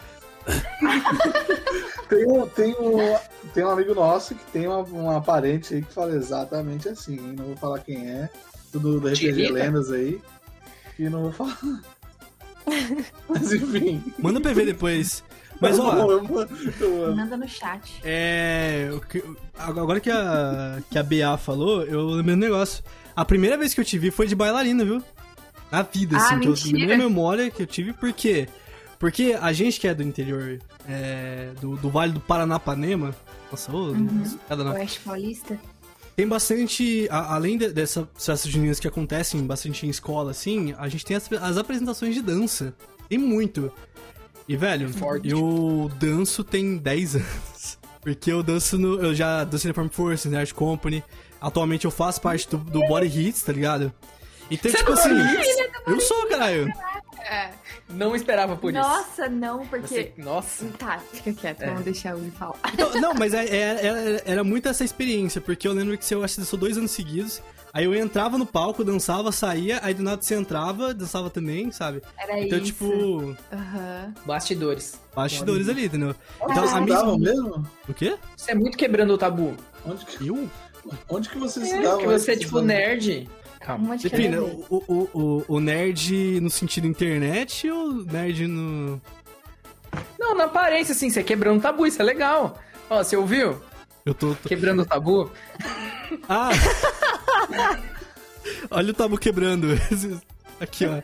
Tem um, tem, um, tem um amigo nosso que tem uma, uma parente aí que fala exatamente assim, hein? Não vou falar quem é. Tudo do R P G Tirita? Lendas aí. E não vou falar. Mas enfim. Manda P V depois. Mas, ó, Eu amo, eu amo. Manda no chat. é... o que- Agora que a, que a B A falou, eu lembrei um negócio. A primeira vez que eu te vi foi de bailarina, viu? Na vida, Ah, assim. Que eu, mentira. primeira memória que eu tive, por quê? Porque a gente que é do interior, é, do, do Vale do Paranapanema, nossa, ô, cada nome. Oeste Paulista. Tem bastante, a- além de, dessas festas juninas que acontecem bastante em escola, assim, a gente tem as, as apresentações de dança. Tem muito. E, velho, Forte. eu danço tem dez anos. Porque eu danço no. Eu já dancei na Farm Force, na Art Company. Atualmente eu faço parte do, do Body Hits, tá ligado? Então, Você é tipo do assim. Body Hits? Eu sou, caralho. Não esperava por isso. Nossa, não, porque... Você- Nossa. Tá, fica quieto, É. vamos deixar ele falar. Então, não, mas é- é- era, era muito essa experiência, porque eu lembro que se eu acho que sou dois anos seguidos, aí eu entrava no palco, dançava, saía, aí do nada você entrava, dançava também, sabe? Era Então, isso. tipo, Aham. Bastidores. bastidores ali, entendeu? Onde Então, vocês a minha... estudavam mesmo? O quê? Você é muito quebrando o tabu. Onde que, Eu? onde que vocês É, estudavam? porque você é esses tipo anos? nerd. Calma. Uma de Defina, cada vez. o, o, o, o nerd no sentido internet ou nerd no... Não, na aparência, assim, você quebrando o tabu, isso é legal. Ó, você ouviu? Eu tô... tô- Quebrando o tabu? Ah! Olha o tabu quebrando. Aqui, ó.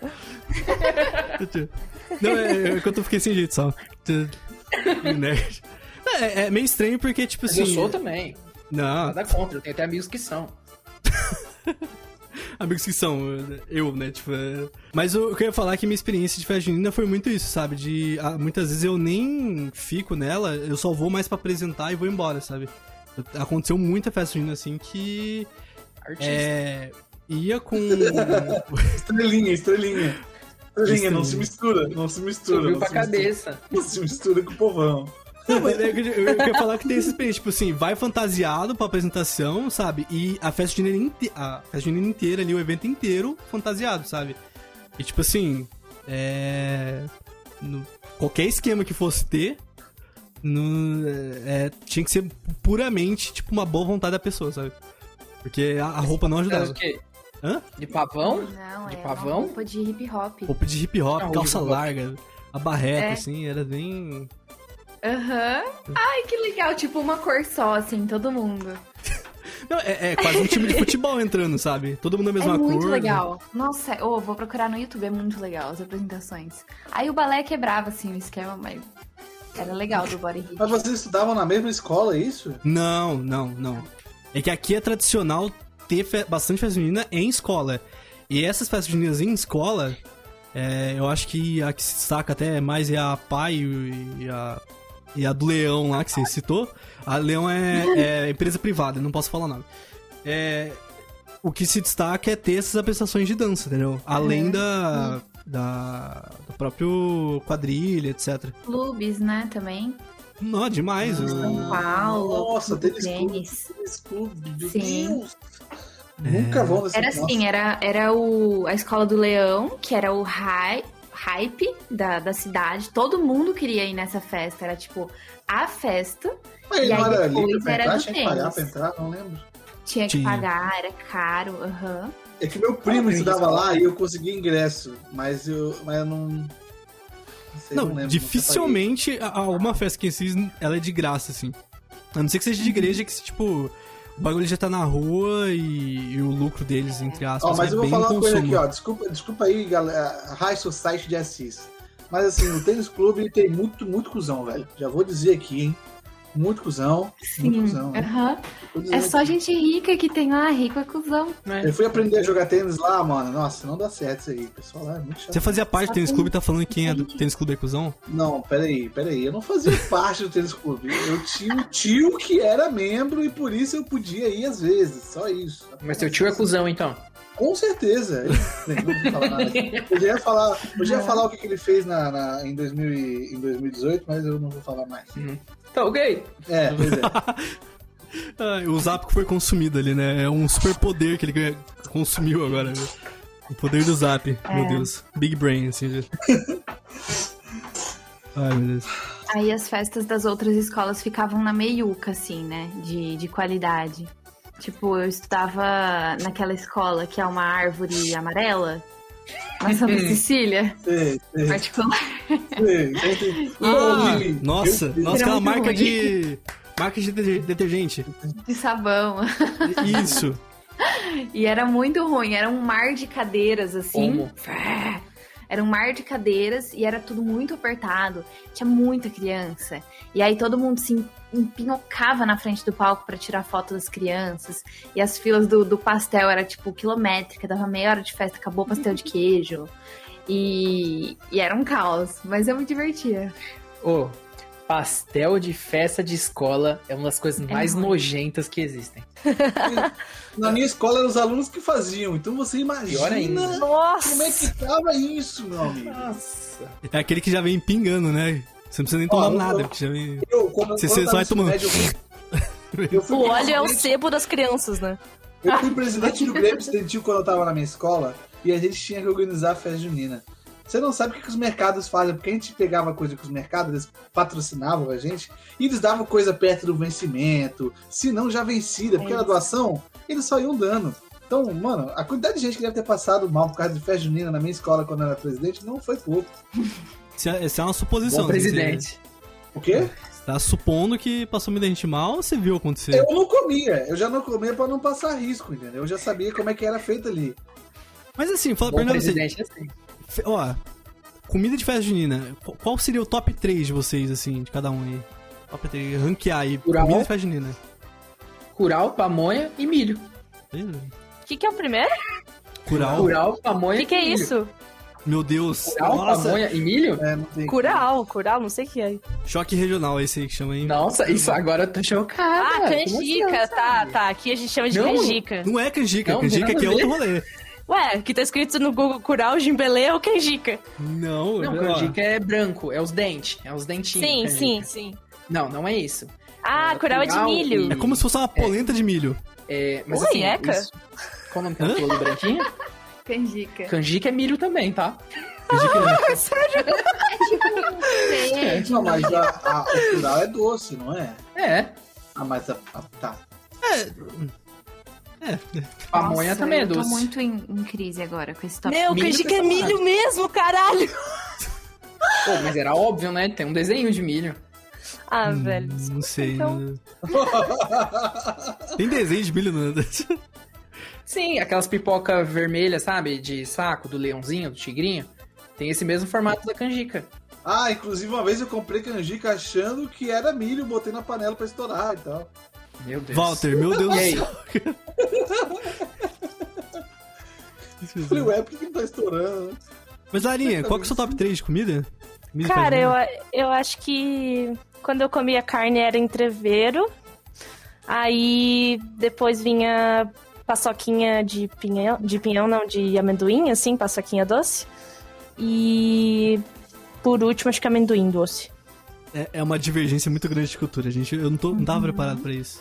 Não, é, é que eu tô fiquei sem jeito só. Nerd. É, é meio estranho porque, tipo Mas assim... eu sou também. Não, Nada contra, eu tenho até amigos que são. amigos que são, eu, né, tipo... é- Mas o que eu ia falar é que minha experiência de festa junina foi muito isso, sabe? De, ah, muitas vezes eu nem fico nela, eu só vou mais pra apresentar e vou embora, sabe? Aconteceu muita festa junina, assim, que... Artista. É... Ia com... Estrelinha, estrelinha. Estrelinha, não Estrelinha. se mistura, não se mistura. Subiu não pra se mistura. cabeça. Não se mistura com o povão. Não, mas é que eu, eu queria falar que tem essa experiência, tipo assim, vai fantasiado pra apresentação, sabe? E a festa junina, inte a festa junina inteira ali, o evento inteiro fantasiado, sabe? E tipo assim, é... no- qualquer esquema que fosse ter, no, é, tinha que ser puramente, tipo, uma boa vontade da pessoa, sabe? Porque a, a roupa não Mas ajudava. o quê? Hã? De pavão? Não, De é pavão? uma roupa de hip hop. Roupa de hip hop, Ah, calça hip hop. larga, a barreta, É. assim, era bem... Aham. Ai, que legal. Tipo, uma cor só, assim, todo mundo. Não, é, é quase um time de futebol entrando, sabe? Todo mundo da mesma é cor. muito né? legal. Nossa, ô, vou procurar no YouTube, é muito legal as apresentações. Aí o balé quebrava, assim, o esquema, mas era legal do body hit. Mas vocês estudavam na mesma escola, é isso? Não, não, não. É que aqui é tradicional ter fe- bastante festa junina em escola. E essas festas juninas em escola, é, eu acho que a que se destaca até mais é a Pai e a, e a do Leão lá, que você citou. A Leão é, é empresa privada, não posso falar o nome. É, o que se destaca é ter essas apresentações de dança, entendeu? Além da, da, do próprio quadrilha, etcétera. Clubes, né, também. Não, demais. São Eu... Paulo, Nossa, clube tênis de clube, tênis. tênis clube, meu Sim. Deus. Nunca vão nessa Era assim, era, era o, a Escola do Leão, que era o hy- hype da, da cidade. Todo mundo queria ir nessa festa. Era tipo, a festa. Mas E não aí era depois livre pra era entrar, do tinha que pagar tênis. pra entrar, não lembro. Tinha que Tinha. pagar, era caro. Aham. É que meu primo Ah, estudava isso. lá e eu consegui ingresso, mas eu, mas eu não... Não, sei, Não, não lembro, dificilmente a- alguma festa que existe, ela é de graça, assim. A não ser que seja de igreja, que, tipo, o bagulho já tá na rua e, e o lucro deles, entre aspas, Ó, mas é eu vou bem falar uma coisa consumo. aqui, ó. Desculpa, desculpa aí, galera. High Society de Assis. Mas assim, o tênis clube tem muito, muito cuzão, velho. Já vou dizer aqui, hein? Muito cuzão. Muito Sim. cuzão. hein? Aham. Tô dizendo É só aqui. gente rica que tem lá, rico é cuzão. Eu fui aprender a jogar tênis lá, mano. Nossa, não dá certo isso aí. O pessoal lá é muito chato. Você fazia parte Só do tênis tem- clube e tá falando quem é do tênis clube é cuzão? Não, peraí, peraí. Eu não fazia parte do tênis clube. Eu tinha um tio que era membro e por isso eu podia ir às vezes. Só isso. Mas seu tio é cuzão, então. Com certeza. Bem, não vou falar nada. Eu já ia falar, eu já ia falar o que, que ele fez na, na- em, dois mil e, em dois mil e dezoito, mas eu não vou falar mais. Tá ok. É, pois é. Ah, o Zap foi consumido ali, né? É um super poder que ele ganha- consumiu agora. Né? O poder do Zap, meu Deus. Big Brain, assim. já. Ai, meu Deus. Aí as festas das outras escolas ficavam na meiuca, assim, né? De, de qualidade. Tipo, eu estudava naquela escola que é uma árvore amarela, na Santa Cecília, Sei, sei, particular. sei. Sei. Ah, Ih, nossa, meu Deus. nossa, Era aquela muito marca ruim. de... Marca de deter- detergente. De sabão. Isso. E era muito ruim, era um mar de cadeiras, assim. Como? Era um mar de cadeiras e era tudo muito apertado. Tinha muita criança. E aí todo mundo se empinhocava na frente do palco pra tirar foto das crianças. E as filas do, do pastel era, tipo, quilométrica. Dava meia hora de festa, acabou o pastel de queijo. E, e era um caos, mas eu me divertia. Ô, pastel de festa de escola é uma das coisas mais ruim. nojentas que existem. Na minha escola eram os alunos que faziam, então você imagina Pior ainda. Nossa! como é que tava isso, meu amigo. Nossa. É aquele que já vem pingando, né? Você não precisa nem tomar Ó, eu- nada, eu- porque já vem... Eu, quando, Você- quando você eu só tava vai no ensino tomando. médio, eu fui- eu fui O óleo é o presidente- sebo das crianças, né? Eu fui presidente do Grêmio Estudantil quando eu tava na minha escola e a gente tinha que organizar a festa junina. Você não sabe o que, que os mercados fazem, porque a gente pegava coisa com os mercados, eles patrocinavam a gente, e eles davam coisa perto do vencimento, se não já vencida, porque É era isso. doação, eles só iam dando. Então, mano, a quantidade de gente que deve ter passado mal por causa de festa junina na minha escola quando eu era presidente não foi pouco. Isso é, isso é uma suposição. Bom né? presidente. O quê? Você tá supondo que passou muita gente mal ou você viu acontecer? Eu não comia, eu já não comia pra não passar risco, entendeu? Eu já sabia como é que era feito ali. Mas assim, fala Bom perguntar pra você. presidente é assim. Fe- Ó, comida de festa junina, qu- qual seria o top três de vocês, assim, de cada um aí? Top três, ranquear aí. Curau. Comida de festa junina. Curau, pamonha e milho. O que, que é o primeiro? Curau. Curau, O pamonha que, que é e milho. isso? Meu Deus. Curau, Nossa. pamonha e milho? É, não tem Curau, curau, não sei o que é. Choque regional, esse aí que chama aí. Nossa, isso agora eu tô chocada. Ah, Como assim, canjica, não tá, sabe? tá. Aqui a gente chama de Não. canjica. Não é canjica, Não, não tem canjica nada aqui a é outro ver. rolê. Ué, que tá escrito no Google curau, gimbelê ou canjica. Não, Não, ó, canjica é branco, é os dentes, é os dentinhos. Sim, canjica. sim, sim. Não, não é isso. Ah, É, curau é de curau milho. e- É como se fosse uma polenta de milho. É, mas Oi, assim, eca? isso... Qual o nome que eu falou do branquinho? Canjica. Canjica é milho também, tá? Canjica não. É, não, mas a, a, o curau é doce, não é? É. Ah, mas a, a, tá. Pamonha Nossa, também é eu doce. tô muito em, em crise agora com esse top. Meu, Milho canjica que é é milho mesmo, caralho. Pô, mas era óbvio, né? Tem um desenho de milho. Ah, velho. Hum, Não sei. Então- né? Tem desenho de milho, não. Sim, aquelas pipoca vermelhas, sabe? De saco, do leãozinho, do tigrinho. Tem esse mesmo formato da canjica. Ah, inclusive uma vez eu comprei canjica achando que era milho, botei na panela pra estourar e tal. Meu Deus. Walter, meu Deus E do aí? céu. Falei, ué, por que não tá estourando? Mas, Larinha, qual que é o seu top três de comida? Comida de Cara, festa eu, junina? eu acho que quando eu comia carne era entreveiro. Aí depois vinha paçoquinha de pinhão, de pinhão não, de amendoim, assim, paçoquinha doce. E por último, acho que amendoim doce. É, é uma divergência muito grande de cultura, gente. Eu não, tô, não tava preparado pra isso.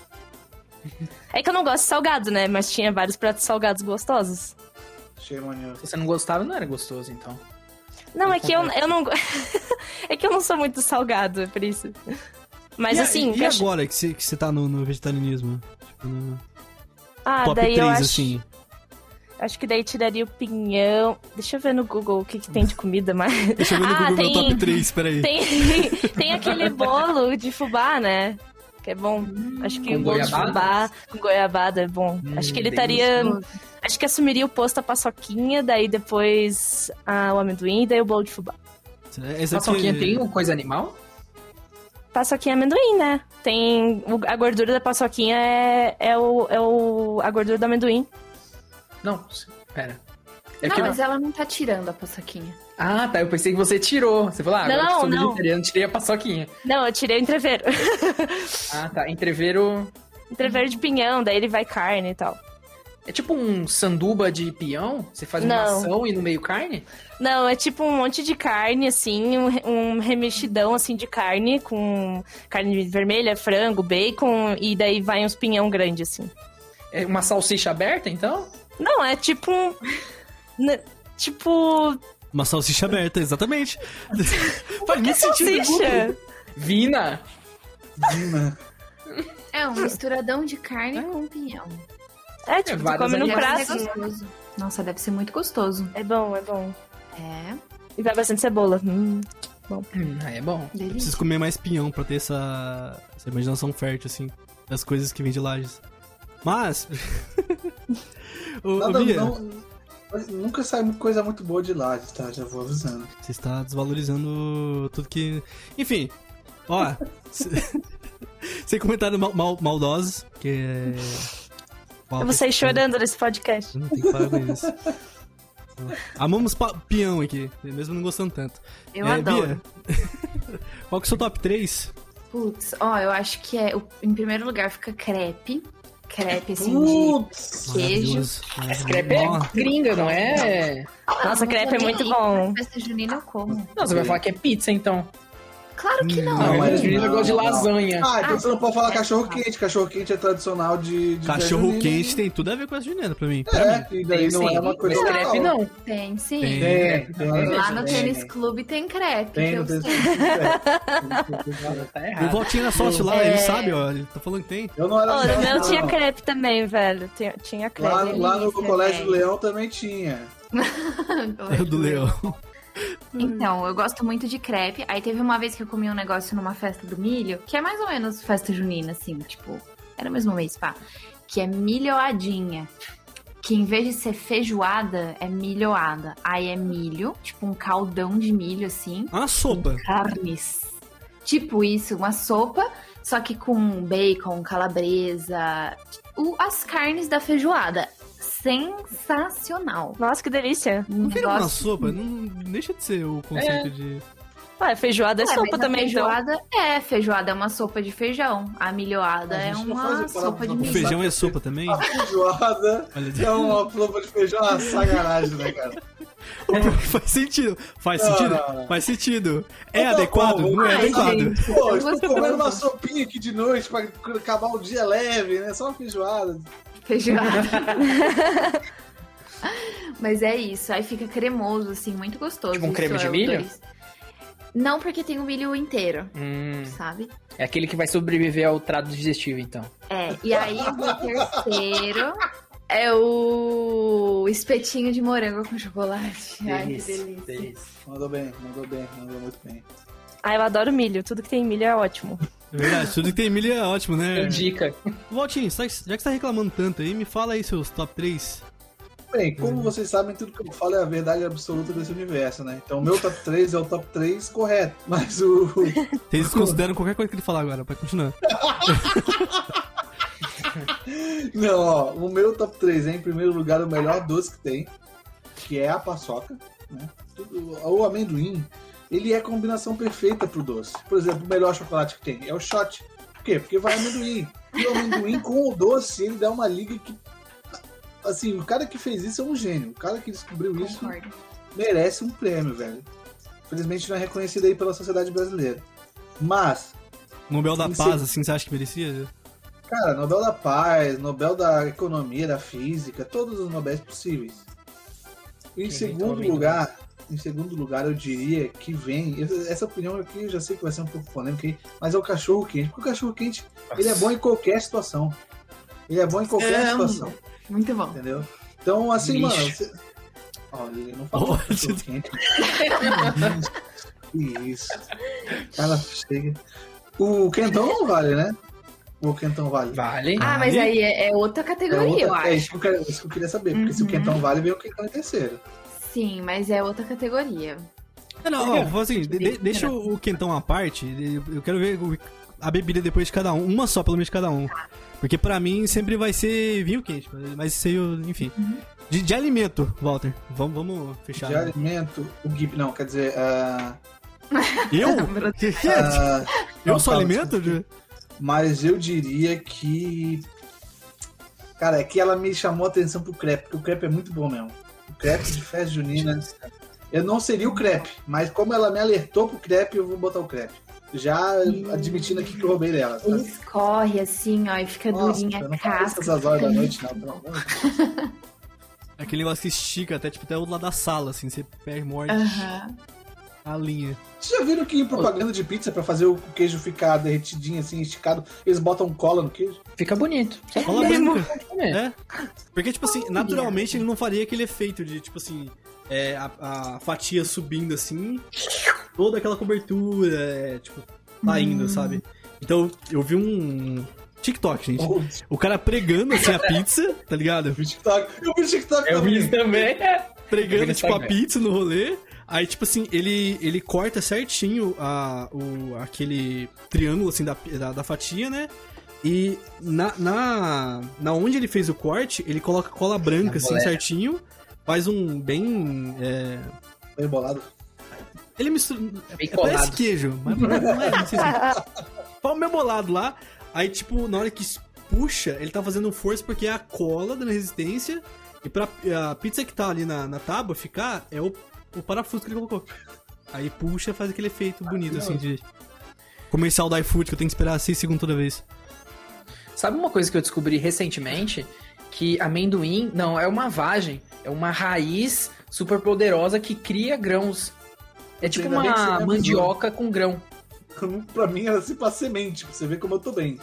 É que eu não gosto de salgado, né? Mas tinha vários pratos salgados gostosos. Achei maneiro. Se você não gostava, não era gostoso, então. Não, é que eu, eu não... é que eu não sou muito salgado, é por isso. Mas e, assim... E, e agora que você, que você tá no, no vegetarianismo? Tipo, no ah, top daí três, eu acho... assim. Acho que daí tiraria o pinhão... Deixa eu ver no Google o que, que tem de comida mais... Deixa eu ver no ah, Google tem... meu top três, peraí. Tem, tem aquele bolo de fubá, né? Que é bom. Hum, acho que com o bolo goiabada? de fubá com goiabada é bom. Hum, acho que ele estaria... gostoso. Acho que assumiria o posto a paçoquinha, daí depois a, o amendoim, daí o bolo de fubá. Essa Paçoquinha aqui... tem uma coisa animal? Paçoquinha é amendoim, né? Tem... o- a gordura da paçoquinha é, é, o, é o, a gordura do amendoim. Não, pera. É Não, que- mas ela não tá tirando a paçoquinha. Ah, tá. Eu pensei que você tirou. Você falou, ah, agora Não, que eu sou não. vegetariano, tirei a paçoquinha. Não, eu tirei o entreveiro. Ah, tá. Entreveiro... entreveiro de pinhão, daí ele vai carne e tal. É tipo um sanduba de peão? Você faz uma Não. ação e no meio carne? Não, é tipo um monte de carne, assim, um, um remexidão, assim, de carne, com carne vermelha, frango, bacon, e daí vai uns pinhão grande, assim. É uma salsicha aberta, então? Não, é tipo um... né, tipo... Uma salsicha aberta, exatamente. Faz Que muito sentido. salsicha? Vina? Vina. É um misturadão de carne com pinhão. É, tipo, tu várias come no Deve prato. ser gostoso. Nossa, deve ser muito gostoso. É bom, é bom. É, E vai bastante cebola. Hum. Hum, aí é bom. Eu delícia. preciso comer mais pinhão pra ter essa, essa imaginação fértil, assim, das coisas que vêm de Lages. Mas... ô, ô, Nada, Bia, não, mas nunca sai coisa muito boa de lá, tá? Já vou avisando. você está desvalorizando tudo que... Enfim, ó... sem comentários mal, mal, maldosos, porque... Eu vou sair chorando nesse podcast. Não tem que parar com isso. Amamos pa- peão aqui, mesmo não gostando tanto. Eu É, adoro. Bia, qual que é o seu top três? Putz, ó, eu acho que é. o- Em primeiro lugar fica crepe. Crepe, assim, Putz! de queijo. Maravilhoso. Esse crepe é Ó, gringa, não é? Nossa, não crepe tô é nem muito aí. bom. Na festa junina eu como. Não, você vai falar que é pizza, então. Claro que não. Não, Não, mas mas não, eu gosto de não. lasanha. Ah, então Ah, você não pode falar é, cachorro tá. quente. Cachorro quente é tradicional de. de Cachorro junina. quente tem tudo a ver com essa junina pra mim. Pra É, mim. e daí Tem não sim, é uma coisa mas legal. crepe não. Tem, sim. Tem. Tem, tem. Lá no tem, tênis tem. clube tem crepe. Tem que no eu tênis sei. clube. Tá O errado. Valtinho era sócio lá, É. ele sabe, ó. Ele tá falando que tem. Eu não era Ô, no sócio, meu não. tinha crepe também, velho. Tinha, tinha crepe. Lá, lá no delícia, Colégio velho. do Leão também tinha. Do Leão. Então, eu gosto muito de crepe. Aí teve uma vez que eu comi um negócio numa festa do milho, que é mais ou menos festa junina, assim, tipo, era o mesmo mês, pá. Que é milhoadinha. Que em vez de ser feijoada, é milhoada. Aí é milho, tipo um caldão de milho, assim, Uma sopa. carnes. Tipo isso, uma sopa, só que com bacon, calabresa, o- as carnes da feijoada. Sensacional. Nossa, que delícia. Um Não vira uma negócio- sopa? Não deixa de ser o conceito de... Ué, feijoada é, É, sopa mas a também, então. feijoada é, feijoada é uma sopa de feijão. A milhoada A é gente não uma faz o sopa de papo- O milho. feijão é sopa também? A feijoada Olha, é uma sopa de feijão, uma sacanagem, né, cara? faz sentido. Faz Não, sentido? não, não. Faz sentido. É Então tá adequado? bom, Não é Ai, adequado. gente. Pô, Eu estou gosto comendo uma muito. sopinha aqui de noite pra acabar o dia leve, né? Só uma feijoada. Feijoada. Mas é isso, aí fica cremoso, assim, muito gostoso. Tipo um Isso creme de é o milho? dois. Não, porque tem o milho inteiro, Hum, sabe? é aquele que vai sobreviver ao trato digestivo, então. É, e aí o terceiro é o espetinho de morango com chocolate. Ai, que delícia. Mandou bem, mandou bem, mandou muito bem. Ah, eu adoro milho. Tudo que tem milho é ótimo. É verdade, tudo que tem milho é ótimo, né? Tem dica. Valtinho, já que você tá reclamando tanto aí, me fala aí seus top três. Bem, como vocês sabem, tudo que eu falo é a verdade absoluta desse universo, né? Então, o meu top três é o top três correto. Mas o. Vocês consideram qualquer coisa que ele falar agora, pra continuar. Não, ó, o meu top três é, em primeiro lugar, o melhor doce que tem, que é a paçoca, né? Tudo- o amendoim, ele é a combinação perfeita pro doce. Por exemplo, o melhor chocolate que tem é o shot. Por quê? Porque vai amendoim. E o amendoim com o doce, ele dá uma liga que... Assim, o cara que fez isso é um gênio. O cara que descobriu isso Concordo. merece um prêmio, velho. Infelizmente não é reconhecido aí pela sociedade brasileira. Mas, Nobel da Em Paz, seg- assim, você acha que merecia? cara, Nobel da Paz, Nobel da Economia, da Física, todos os Nobéis possíveis. Em Quem segundo tá ouvindo? lugar, em segundo lugar, eu diria que vem. Essa opinião aqui eu já sei que vai ser um pouco polêmica, aí, mas é o cachorro quente. Porque o cachorro quente, ele é bom em qualquer situação. Ele é bom em qualquer É, situação, Muito bom. entendeu? Então, assim, Lixo. mano. Você... Olha, ele não falou Olha. cachorro quente. Que isso. Cara, chega. O quentão não vale, né? O quentão vale. Vale. Ah, mas Aí- aí é, é outra É, categoria, outra- eu é acho. isso que eu, quero- isso que eu queria saber, porque se o Uhum. quentão vale, vem o quentão em terceiro. Sim, mas é outra categoria. Não, não, ó, vou assim, de- de- deixa o o quentão à parte, eu quero ver o- a bebida depois de cada um, uma só pelo menos de cada um. Porque pra mim sempre vai ser vinho quente, mas isso aí, eu- enfim. De, de alimento, Walter, vamos, vamos fechar. De alimento, o Gui... Não, quer dizer... ah, Eu? Que que é? ah, Eu não, sou fala, alimento? desculpa. Mas eu diria que... Cara, é que ela me chamou a atenção pro crepe, porque o crepe é muito bom mesmo. O crepe de festa junina... Eu não seria o crepe, mas como ela me alertou pro crepe, eu vou botar o crepe. Já admitindo aqui que eu roubei dela. Tá? Ele escorre assim, ó, e fica Nossa, durinha eu a não faço casca. essas horas da noite, não. Pelo amor de Deus. Aquele negócio que estica até, tipo, até o lado da sala, assim, você pega e morde Aham. a linha. Vocês já viram que em propaganda de pizza, pra fazer o queijo ficar derretidinho, assim, esticado, eles botam cola no queijo? Fica bonito. Cola branca. É. É. Porque, tipo assim, naturalmente ele não faria aquele efeito de, tipo assim, é, a, a fatia subindo assim, toda aquela cobertura, é, tipo, saindo, sabe? Então, eu vi um TikTok, gente. Oh, O cara pregando assim a pizza, tá ligado? eu vi TikTok. Eu vi TikTok Eu vi também. isso também. Pregando, Eu vi tipo, a Instagram. pizza no rolê. Aí, tipo assim, ele, ele corta certinho a, o, aquele triângulo, assim, da, da, da fatia, né? E na, na, na onde ele fez o corte, ele coloca cola branca, Na assim, bolera. certinho. Faz um bem... é, Bem bolado. ele mistura... Bem é, parece colado. queijo, mas não é, não sei se... Fala o meu bolado lá. Aí, tipo, na hora que puxa, ele tá fazendo força porque é a cola dando resistência. E pra a pizza que tá ali na, na tábua ficar, é o, o parafuso que ele colocou. Aí puxa, faz aquele efeito bonito, assim, de comercial da iFood, que eu tenho que esperar seis segundos toda vez. Sabe uma coisa que eu descobri recentemente? Que amendoim não é uma vagem, é uma raiz super poderosa que cria grãos. É tipo Ainda bem que você me uma avisou. mandioca com grão. Pra mim era assim pra semente, pra você ver como eu tô bem.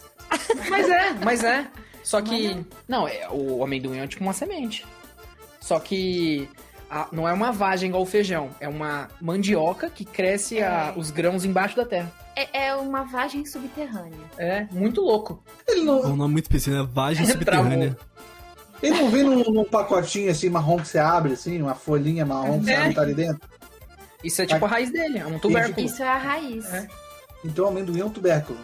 Mas é, mas é. Só que. Não, é, o amendoim é tipo uma semente. Só que a- não é uma vagem igual o feijão. É uma mandioca que cresce a- É. os grãos embaixo da terra. É, é uma vagem subterrânea. É muito louco. Ele É não, um nome muito específico, né? Vagem Travou. subterrânea. ele não vem num, num pacotinho assim, marrom que você abre, assim, uma folhinha marrom que você É. abre e tá ali dentro. Isso é tipo a raiz dele, é um tubérculo. Isso é a raiz. É. Então amendoim é um tubérculo.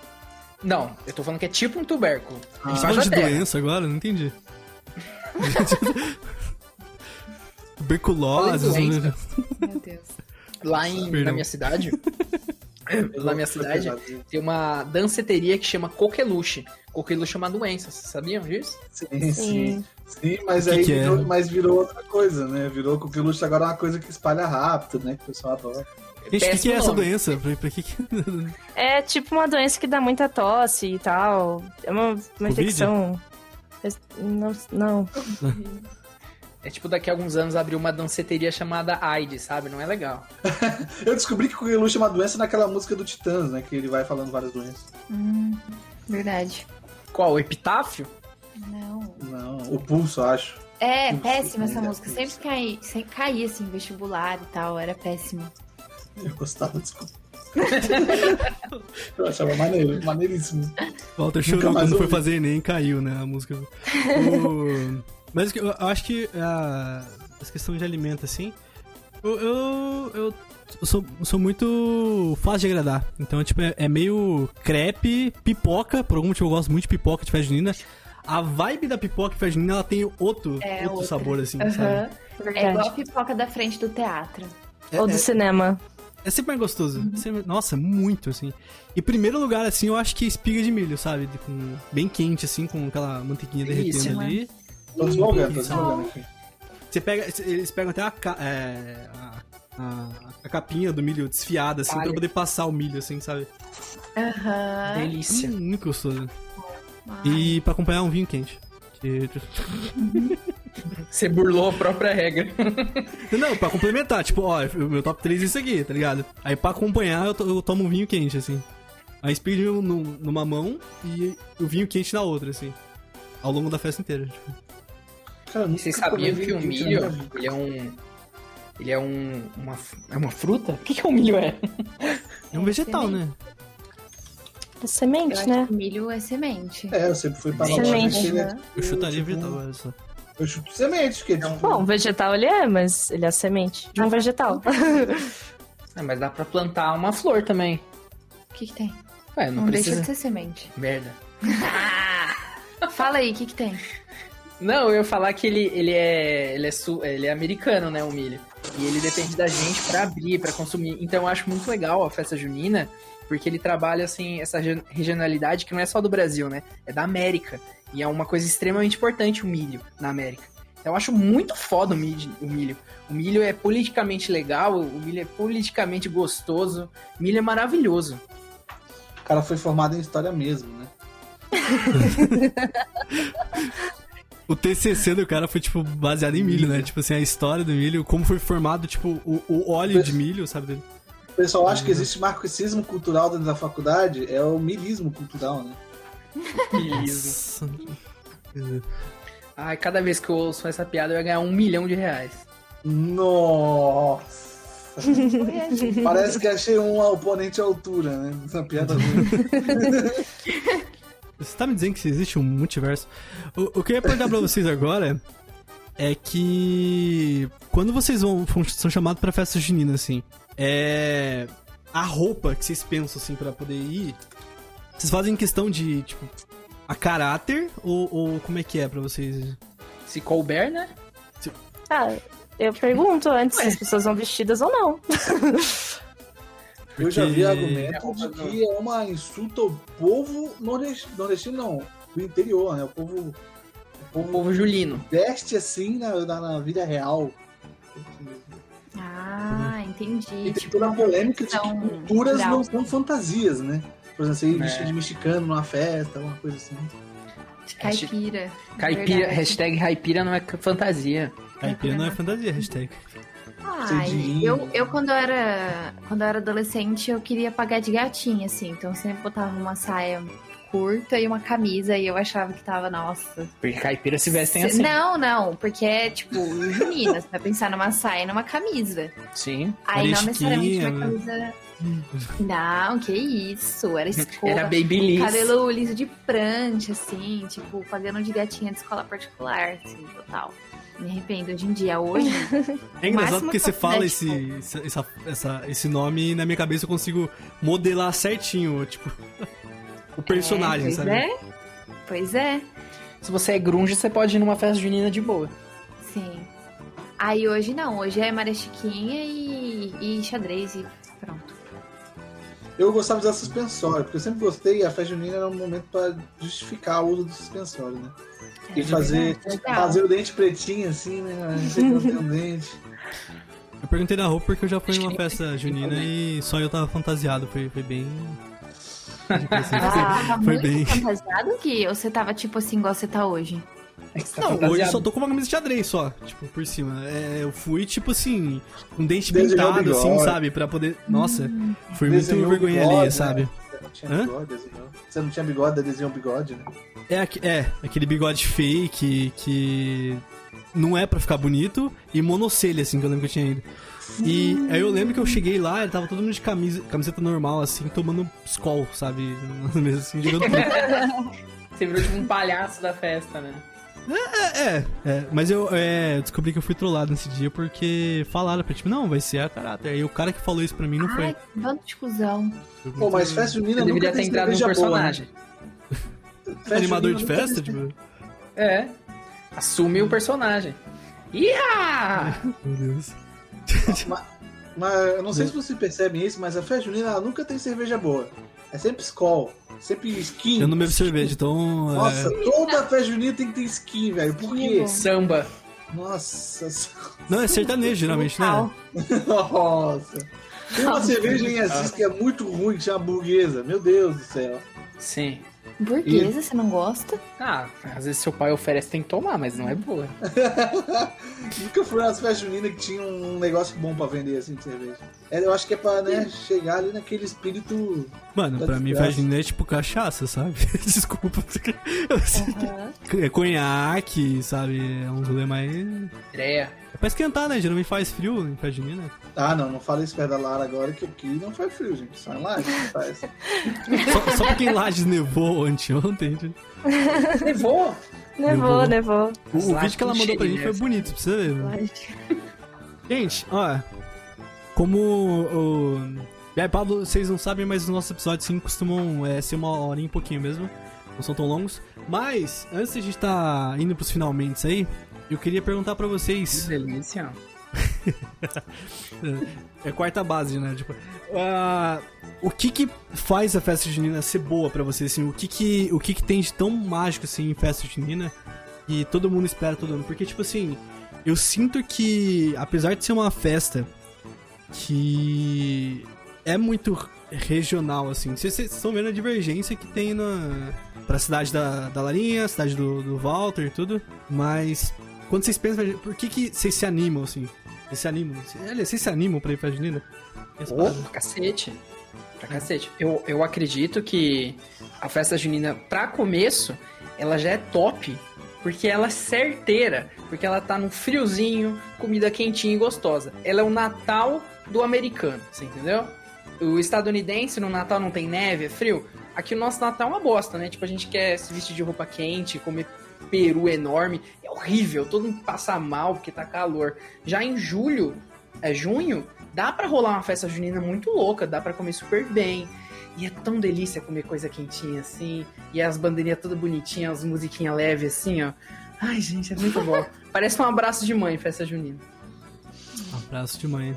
Não, eu tô falando que é tipo um tubérculo. Ah. Você Embaixo fala da de terra. doença agora? Não entendi. Tuberculose. Falei doença. Meu Deus. Lá em, Perdão. na minha cidade, na minha cidade, tem uma danceteria que chama coqueluche. Coqueluche é uma doença, vocês sabiam disso? Sim, sim. Sim. Sim, mas O que aí que é? virou, mas virou outra coisa, né? Virou que o coqueluche agora é uma coisa que espalha rápido, né? Que o pessoal adora. Gente, o que, que Péssimo é essa nome. doença? Pra, pra que que... É tipo uma doença que dá muita tosse e tal. É uma, uma Covid? infecção. Não, não. É tipo daqui a alguns anos abrir uma danceteria chamada AIDS, sabe? Não é legal. Eu descobri que o coqueluche é uma doença naquela música do Titãs, né? Que ele vai falando várias doenças. Hum, verdade. Qual? O epitáfio? Não. Não, o pulso, eu acho. É, Putz, péssima essa ainda música. pulso. Sempre caía, sempre caía assim, em vestibular e tal. Era péssimo. Eu gostava, desculpa. Eu achava maneiro, maneiríssimo. Walter Nunca chorou mais quando foi ouvi. fazer Enem, caiu, né, a música. O- Mas eu eu acho que a... essa questão de alimento, assim, eu, eu, eu, eu sou, eu sou muito fácil de agradar. Então, tipo, é, é meio crepe, pipoca, por algum motivo eu gosto muito de pipoca de festa junina. A vibe da pipoca de festa junina, ela tem outro, É, outro outra. sabor, assim, Aham. sabe? É igual a Verdade. pipoca da frente do teatro. É, Ou do é- cinema. É sempre mais gostoso. Sempre- Nossa, muito, assim. E primeiro lugar, assim, eu acho que espiga de milho, sabe? De- Com... Bem quente, assim, com aquela manteiguinha Delícia, derretendo né? ali. Tô deslogando, tô Isso. deslogando aqui. Você pega, eles pegam até a, ca- é, a a, a capinha do milho desfiada, assim, Palha. pra poder passar o milho, assim, sabe? Aham. Delícia. Hum, muito gostoso. Ai. E pra acompanhar um vinho quente. Que- Você burlou a própria regra. Não, pra complementar, tipo, ó, o meu top três é isso aqui, tá ligado? Aí pra acompanhar eu, to- eu tomo um vinho quente, assim. Aí speed num- numa mão e o vinho quente na outra, assim. Ao longo da festa inteira. Tipo. Cara, nunca Vocês comi sabiam vinho que o quente na milho, minha vida. ele é um... Ele é um... Uma, é uma fruta? O que, que o milho é? É um vegetal, né? É Eu semente, acho né? que milho é semente. É, eu sempre fui pra Semente, loja, né? Eu chutaria tipo, vegetal, olha só. Eu chuto semente, porque tipo, Bom, vegetal ele é, mas ele é semente de um vegetal. É, mas dá pra plantar uma flor também. O que que tem? Ué, não, Não deixa precisa... de ser semente. Merda. Fala aí, o que que tem? Não, eu ia falar que ele, ele, é, ele, é su, ele é americano, né, o milho. E ele depende da gente pra abrir, pra consumir. Então eu acho muito legal a festa junina, porque ele trabalha, assim, essa gen- regionalidade que não é só do Brasil, né? É da América. E é uma coisa extremamente importante o milho na América. Então eu acho muito foda o milho. O milho, o milho é politicamente legal, o milho é politicamente gostoso. O milho é maravilhoso. o cara foi formado em história mesmo, né? O T C C do cara foi, tipo, baseado em milho, né? Tipo assim, a história do milho, como foi formado, tipo, o, o óleo de milho, sabe? O pessoal acha que existe marxismo cultural dentro da faculdade, é o milismo cultural, né? Isso. Nossa. Ai, cada vez que eu ouço essa piada eu ia ganhar um milhão de reais. Nossa! Parece que achei um oponente à altura, né? Essa piada ruim. Você tá me dizendo que existe um multiverso? O, o que eu ia perguntar pra vocês agora é que quando vocês vão, são chamados pra festa junina, assim, é... a roupa que vocês pensam, assim, pra poder ir, vocês fazem questão de, tipo, a caráter ou, ou como é que é pra vocês? Se couber, né? Ah, eu pergunto antes se as pessoas vão vestidas ou não. Eu já vi Porque- argumento de que é uma insulta ao povo nordestino, nordestino não, do interior, né? O povo, o O povo povo julino. veste assim na, na, na vida real. Ah, entendi. E tem Tipo, toda a uma polêmica de que competição culturas cultural. não são fantasias, né? Por exemplo, você ir É. vestido de mexicano numa festa, uma coisa assim. De caipira. Caipira, Verdade. hashtag caipira não é fantasia. Caipira não é fantasia, hashtag. Ai, Cedinho. eu, eu quando eu era quando eu era adolescente, eu queria pagar de gatinha, assim. Então eu sempre botava uma saia curta e uma camisa e eu achava que tava, nossa. Porque caipira se vestem assim. Não, não, porque é tipo junina, você vai pensar numa saia e numa camisa. Sim. Aí não necessariamente Marisquinha, uma camisa. Não, que isso. Era escova. Era babyliss. Cabelo liso de prancha, assim, tipo, pagando de gatinha de escola particular, assim, total. Me arrependo hoje em dia. Hoje, É engraçado máximo porque que você eu fala puder, esse, tipo- esse, essa, essa- esse nome e na minha cabeça eu consigo modelar certinho, tipo, o personagem, é, pois sabe? é. Pois é, Se você é grunge, você pode ir numa festa junina de boa. sim. Aí hoje não, hoje é Maria Chiquinha e, e xadrez e pronto. Eu gostava de usar suspensório, porque eu sempre gostei e a festa junina era um momento pra justificar o uso do suspensório, né? E É, fazer, legal. fazer o dente pretinho assim, né? A gente não tem um dente. Eu perguntei da roupa porque eu já fui numa festa junina e só eu tava fantasiado, foi, foi bem... Ah, tá Foi muito bem. fantasiado que ou você tava tipo assim, igual você tá hoje? É que você tá Não, hoje eu fantasiado. só tô com uma camisa de xadrez só, tipo, por cima. É, eu fui, tipo assim, com dente Desenhou pintado, bigode. assim, sabe? Pra poder... Nossa, foi muito Desenhou vergonha bigode, ali, né? sabe? Você não tinha Hã? bigode, desenhou. Você não tinha bigode, desenhou um bigode, né? É, aque- é, aquele bigode fake que não é pra ficar bonito e monocelha, assim, que eu lembro que eu tinha ido. E aí eu lembro que eu cheguei lá, ele tava todo mundo de camisa, camiseta normal, assim, tomando Skol, sabe? Mesmo assim, jogando truco. Você virou tipo um palhaço da festa, né? É, é, mas eu é, descobri que eu fui trollado nesse dia porque falaram pra tipo, não, vai ser a caráter. Aí o cara que falou isso pra mim não foi. Ai, que bando de cuzão. Pô, mas festa junina Você nunca deveria ter tem entrado no cerveja boa, né? personagem. Festa Animador de junina nunca festa, tem- tipo. É. Assume o personagem. Iha! Meu Deus. Mas eu não sei se você percebe isso, mas a festa junina ela nunca tem cerveja boa. É sempre Skol, sempre skin. Eu não bebo cerveja, então. Nossa, É, toda festa junina tem que ter skin, velho. Por quê? Samba. Nossa. Não, é sertanejo, geralmente, né? Nossa. Tem uma cerveja em Assis que é muito ruim, que chama Burguesa. Meu Deus do céu. Sim. Burguesa, você não gosta? Ah, às vezes seu pai oferece, tem que tomar, mas não é boa. Nunca fui nas festas juninas que tinha um negócio bom pra vender assim de cerveja. É, eu acho que é pra, né, chegar ali naquele espírito. Mano, da pra mim desgraça. festa junina é tipo cachaça, sabe? Desculpa. Uhum. É conhaque, sabe? É um rolê mais... É. É pra esquentar, né? Geralmente faz frio em festa junina. Ah, não, não fala isso perto da Lara agora, que aqui não faz frio, gente. Só em Lages que faz. Só, só porque em Lages nevou anteontem, gente. Levou. Nevou, nevou. O, o Lages vídeo que ela com mandou pra gente foi cheirinho. bonito, pra você ver. Né? Gente, ó, como o... E aí, Pablo, vocês não sabem, mas os nossos episódios sim costumam é, ser uma horinha e pouquinho mesmo. Não são tão longos. Mas, antes de a gente tá indo pros finalmente aí, eu queria perguntar pra Que vocês... delícia. É quarta base, né? Tipo, uh, o que que faz a festa junina ser boa pra vocês, assim? O que que, o que que tem de tão mágico, assim, em festa junina que todo mundo espera todo ano? Porque, tipo assim, eu sinto que, apesar de ser uma festa que é muito regional, assim, vocês estão vendo a divergência que tem na, pra cidade da, da Larinha, cidade do, do Walter e tudo, mas quando vocês pensam, por que que vocês se animam, assim? Vocês se animam? Aliás, vocês se animam pra ir pra junina? Essa Ô, parada. pra cacete. Pra cacete. Eu, eu acredito que a festa junina, pra começo, ela já é top. Porque ela é certeira. Porque ela tá num friozinho, comida quentinha e gostosa. Ela é o Natal do americano, você entendeu? O estadunidense no Natal não tem neve, é frio. Aqui o nosso Natal é uma bosta, né? Tipo, a gente quer se vestir de roupa quente, comer peru enorme. É horrível, todo mundo passa mal porque tá calor. Já em julho, é junho, dá pra rolar uma festa junina muito louca, dá pra comer super bem. E é tão delícia comer coisa quentinha assim, e as bandeirinhas todas bonitinhas, as musiquinhas leves assim, ó. Ai, gente, é muito bom. Parece um abraço de mãe, festa junina. Um abraço de manhã.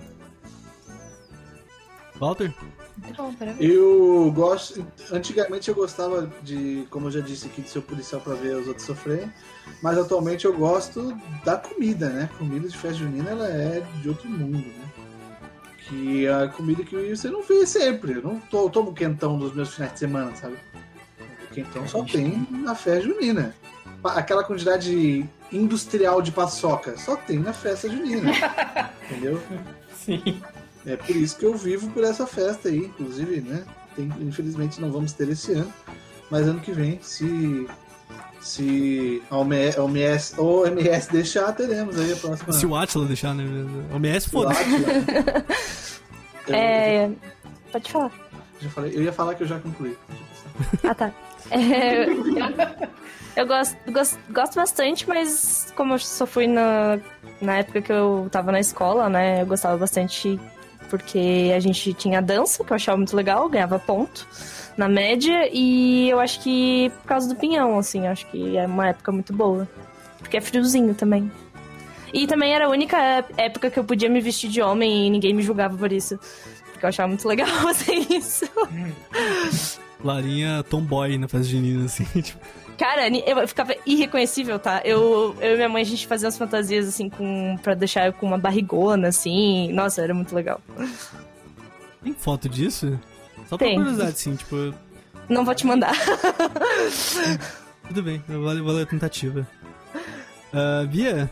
Walter? Muito bom, parabéns. Eu gosto. Antigamente eu gostava de, como eu já disse aqui, de ser o policial pra ver os outros sofrerem. Mas atualmente eu gosto da comida, né? Comida de festa junina, ela é de outro mundo, né? Que é a comida que você não vê sempre. Eu não tô, eu tomo quentão dos meus finais de semana, sabe? O quentão só tem na festa junina. Aquela quantidade industrial de paçoca só tem na festa junina. Entendeu? Sim. É por isso que eu vivo por essa festa aí, inclusive, né? Tem, infelizmente não vamos ter esse ano, mas ano que vem, se se a O M S, o O M S deixar, teremos aí a próxima. Se o Atila deixar, né? O M S, Se o foda-se. Átila- Eu- É. Pode falar. já falei, eu ia falar que eu já concluí. Ah, tá. É, eu eu gosto, gosto, gosto bastante, mas como eu só fui na, na época que eu tava na escola, né? Eu gostava bastante porque a gente tinha dança, que eu achava muito legal, ganhava ponto na média, e eu acho que por causa do pinhão, assim, acho que é uma época muito boa. Porque é friozinho também. E também era a única ép- época que eu podia me vestir de homem e ninguém me julgava por isso. Porque eu achava muito legal fazer isso. Larinha tomboy na festa junina, assim, tipo... Cara, eu ficava irreconhecível, tá? Eu, eu e minha mãe, a gente fazia umas fantasias, assim, com, pra deixar eu com uma barrigona, assim. Nossa, era muito legal. Tem foto disso? Só pra Tem. curiosidade, assim, tipo... Não vou te mandar. Tudo bem, valeu, valeu a tentativa. Ah, Bia?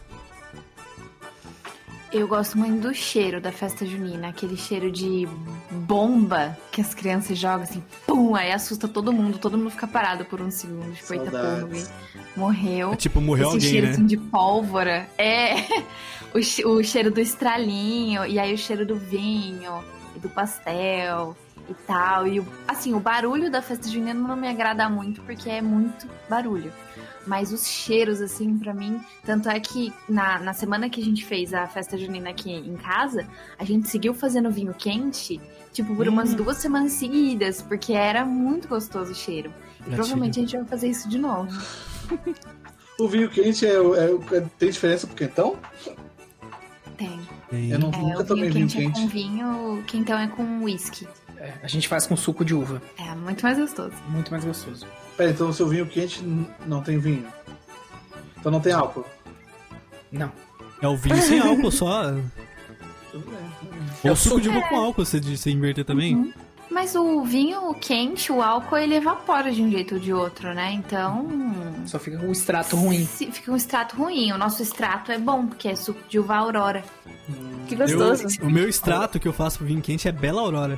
Eu gosto muito do cheiro da festa junina, aquele cheiro de bomba que as crianças jogam assim, pum, aí assusta todo mundo, todo mundo fica parado por um segundo, tipo, eita porra, alguém morreu. É tipo, morreu Esse alguém, cheiro né? assim de pólvora, é, o, che- o cheiro do estralinho, e aí o cheiro do vinho, e do pastel, e tal, e o, assim, o barulho da festa junina não me agrada muito, porque é muito barulho. Mas os cheiros, assim, pra mim... Tanto é que na, na semana que a gente fez a festa junina aqui em casa, a gente seguiu fazendo vinho quente, tipo, por umas Hum. duas semanas seguidas, porque era muito gostoso o cheiro. E Gatilho. provavelmente a gente vai fazer isso de novo. O vinho quente é, o- é, o- é- tem diferença pro quentão? Tem. Tem. Eu não, É, nunca o tomei vinho vinho quente é quente. com vinho, quentão é com whisky. É, a gente faz com suco de uva. É muito mais gostoso. Muito mais gostoso. Pera, então o seu vinho quente n- não tem vinho? Então não tem álcool? Não. É o vinho sem álcool só. Tudo bem, tudo bem. Ou o suco de uva com álcool, você, você inverter também. Uhum. Mas o vinho quente, o álcool, ele evapora de um jeito ou de outro, né? Então... Só fica com um extrato ruim. se- fica um extrato ruim. O nosso extrato é bom, porque é suco de uva Aurora. Que Eu- gostoso. o meu extrato que eu faço pro vinho quente é Bela Aurora.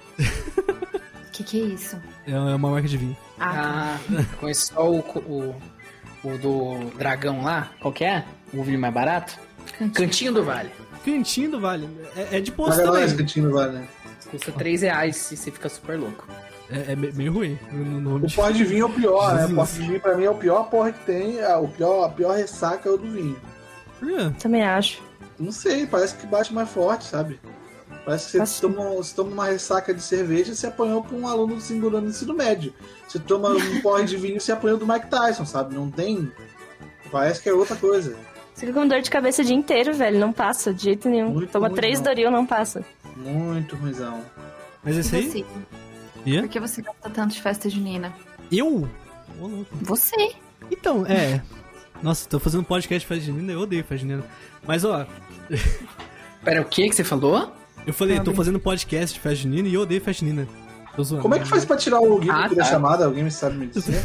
O que, que é isso? É uma marca de vinho. Ah, Ah, conheço só o, o, o do dragão lá. Qual que é? O vinho mais barato? Cantinho. Cantinho do Vale. Cantinho do Vale. É, é de posto Paga mais também. cantinho, vale, né? Custa três reais e você fica super louco. É, é me- meio ruim. No nome O de- porre de vinho é o pior, né? O Jesus. porre de vinho pra mim é o pior porre que tem. Ah, O pior, a pior ressaca é o do vinho. Por quê? Também acho. Não sei, parece que bate mais forte, sabe? Parece que você Assim. toma, você toma uma ressaca de cerveja e se apanhou por um aluno do segurando no ensino médio. Você toma um porre de vinho e se apanhou do Mike Tyson, sabe? Não tem. Parece que é outra coisa. Você fica com dor de cabeça o dia inteiro, velho. Não passa de jeito nenhum. Muito Toma ruim, três não. Doril, não passa. Muito ruimzão. Mas esse aí? você. Ia? Por que você gosta tanto de festa junina? Eu? Ô, louco. Você. Então, é. Nossa, tô fazendo podcast de festa junina, eu odeio festa junina. Mas ó, Pera, o que que você falou? eu falei, tô fazendo podcast de festa junina e eu odeio festa junina. Tô zoando. Como é que faz pra tirar o Gui Ah, aqui da tá. chamada? Alguém me sabe me dizer?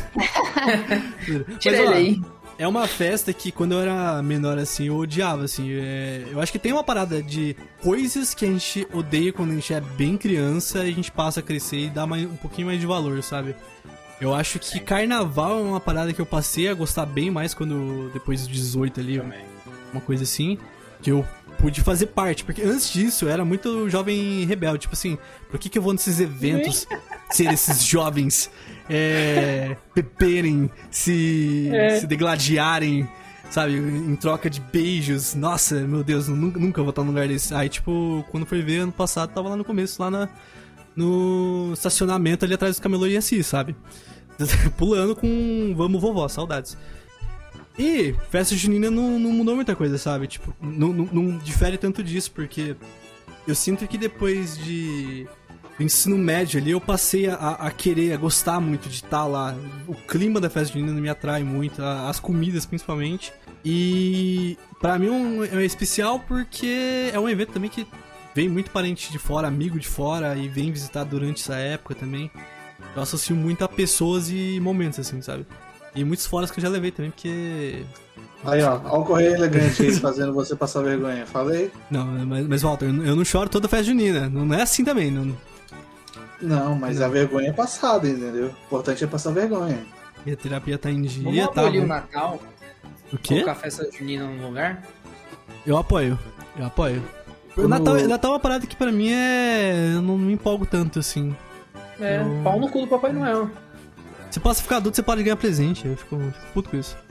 Tira Mas, ó, ele aí. É uma festa que quando eu era menor, assim, eu odiava, assim. é, Eu acho que tem uma parada de coisas que a gente odeia quando a gente é bem criança e a gente passa a crescer e dá mais, um pouquinho mais de valor, sabe? Eu acho que carnaval é uma parada que eu passei a gostar bem mais quando, depois dos dezoito ali, uma coisa assim, que eu pude fazer parte. Porque antes disso eu era muito jovem rebelde, tipo assim, por que que eu vou nesses eventos ser esses jovens é, beberem, se, se degladiarem, sabe, em troca de beijos. Nossa, meu Deus, eu nunca, nunca vou estar num lugar desse. Aí, tipo, quando foi ver ano passado, tava lá no começo, lá na, no estacionamento ali atrás dos camelô e assim, sabe? Pulando com Vamos Vovó, saudades. E festa junina não, não mudou muita coisa, sabe? Tipo, não, não, não difere tanto disso, porque eu sinto que depois de do ensino médio ali, eu passei a, a querer, a gostar muito de estar lá. O clima da festa junina me atrai muito, a- as comidas principalmente. E pra mim é um- é um especial porque é um evento também que vem muito parente de fora, amigo de fora, e vem visitar durante essa época também. Eu associo muito a pessoas e momentos, assim, sabe? E muitos foras que eu já levei também, porque... Aí, ó, ó o correio elegante aí fazendo você passar vergonha. Falei? Não, mas, mas Walter, eu não- eu não choro toda festa junina. Não é assim também. Não... Não, mas a vergonha é passada, entendeu? O importante é passar vergonha. E a terapia tá em dia, Vamos tá? abolir o bom. Natal, O quê? colocar a festa junina no lugar? Eu apoio. Eu apoio. O Quando- Natal, Natal é uma parada que pra mim é... Eu não me empolgo tanto, assim. É, Eu- pau no cu do Papai Noel. Você passa a ficar adulto, você pode ganhar presente. Eu fico, fico puto com isso.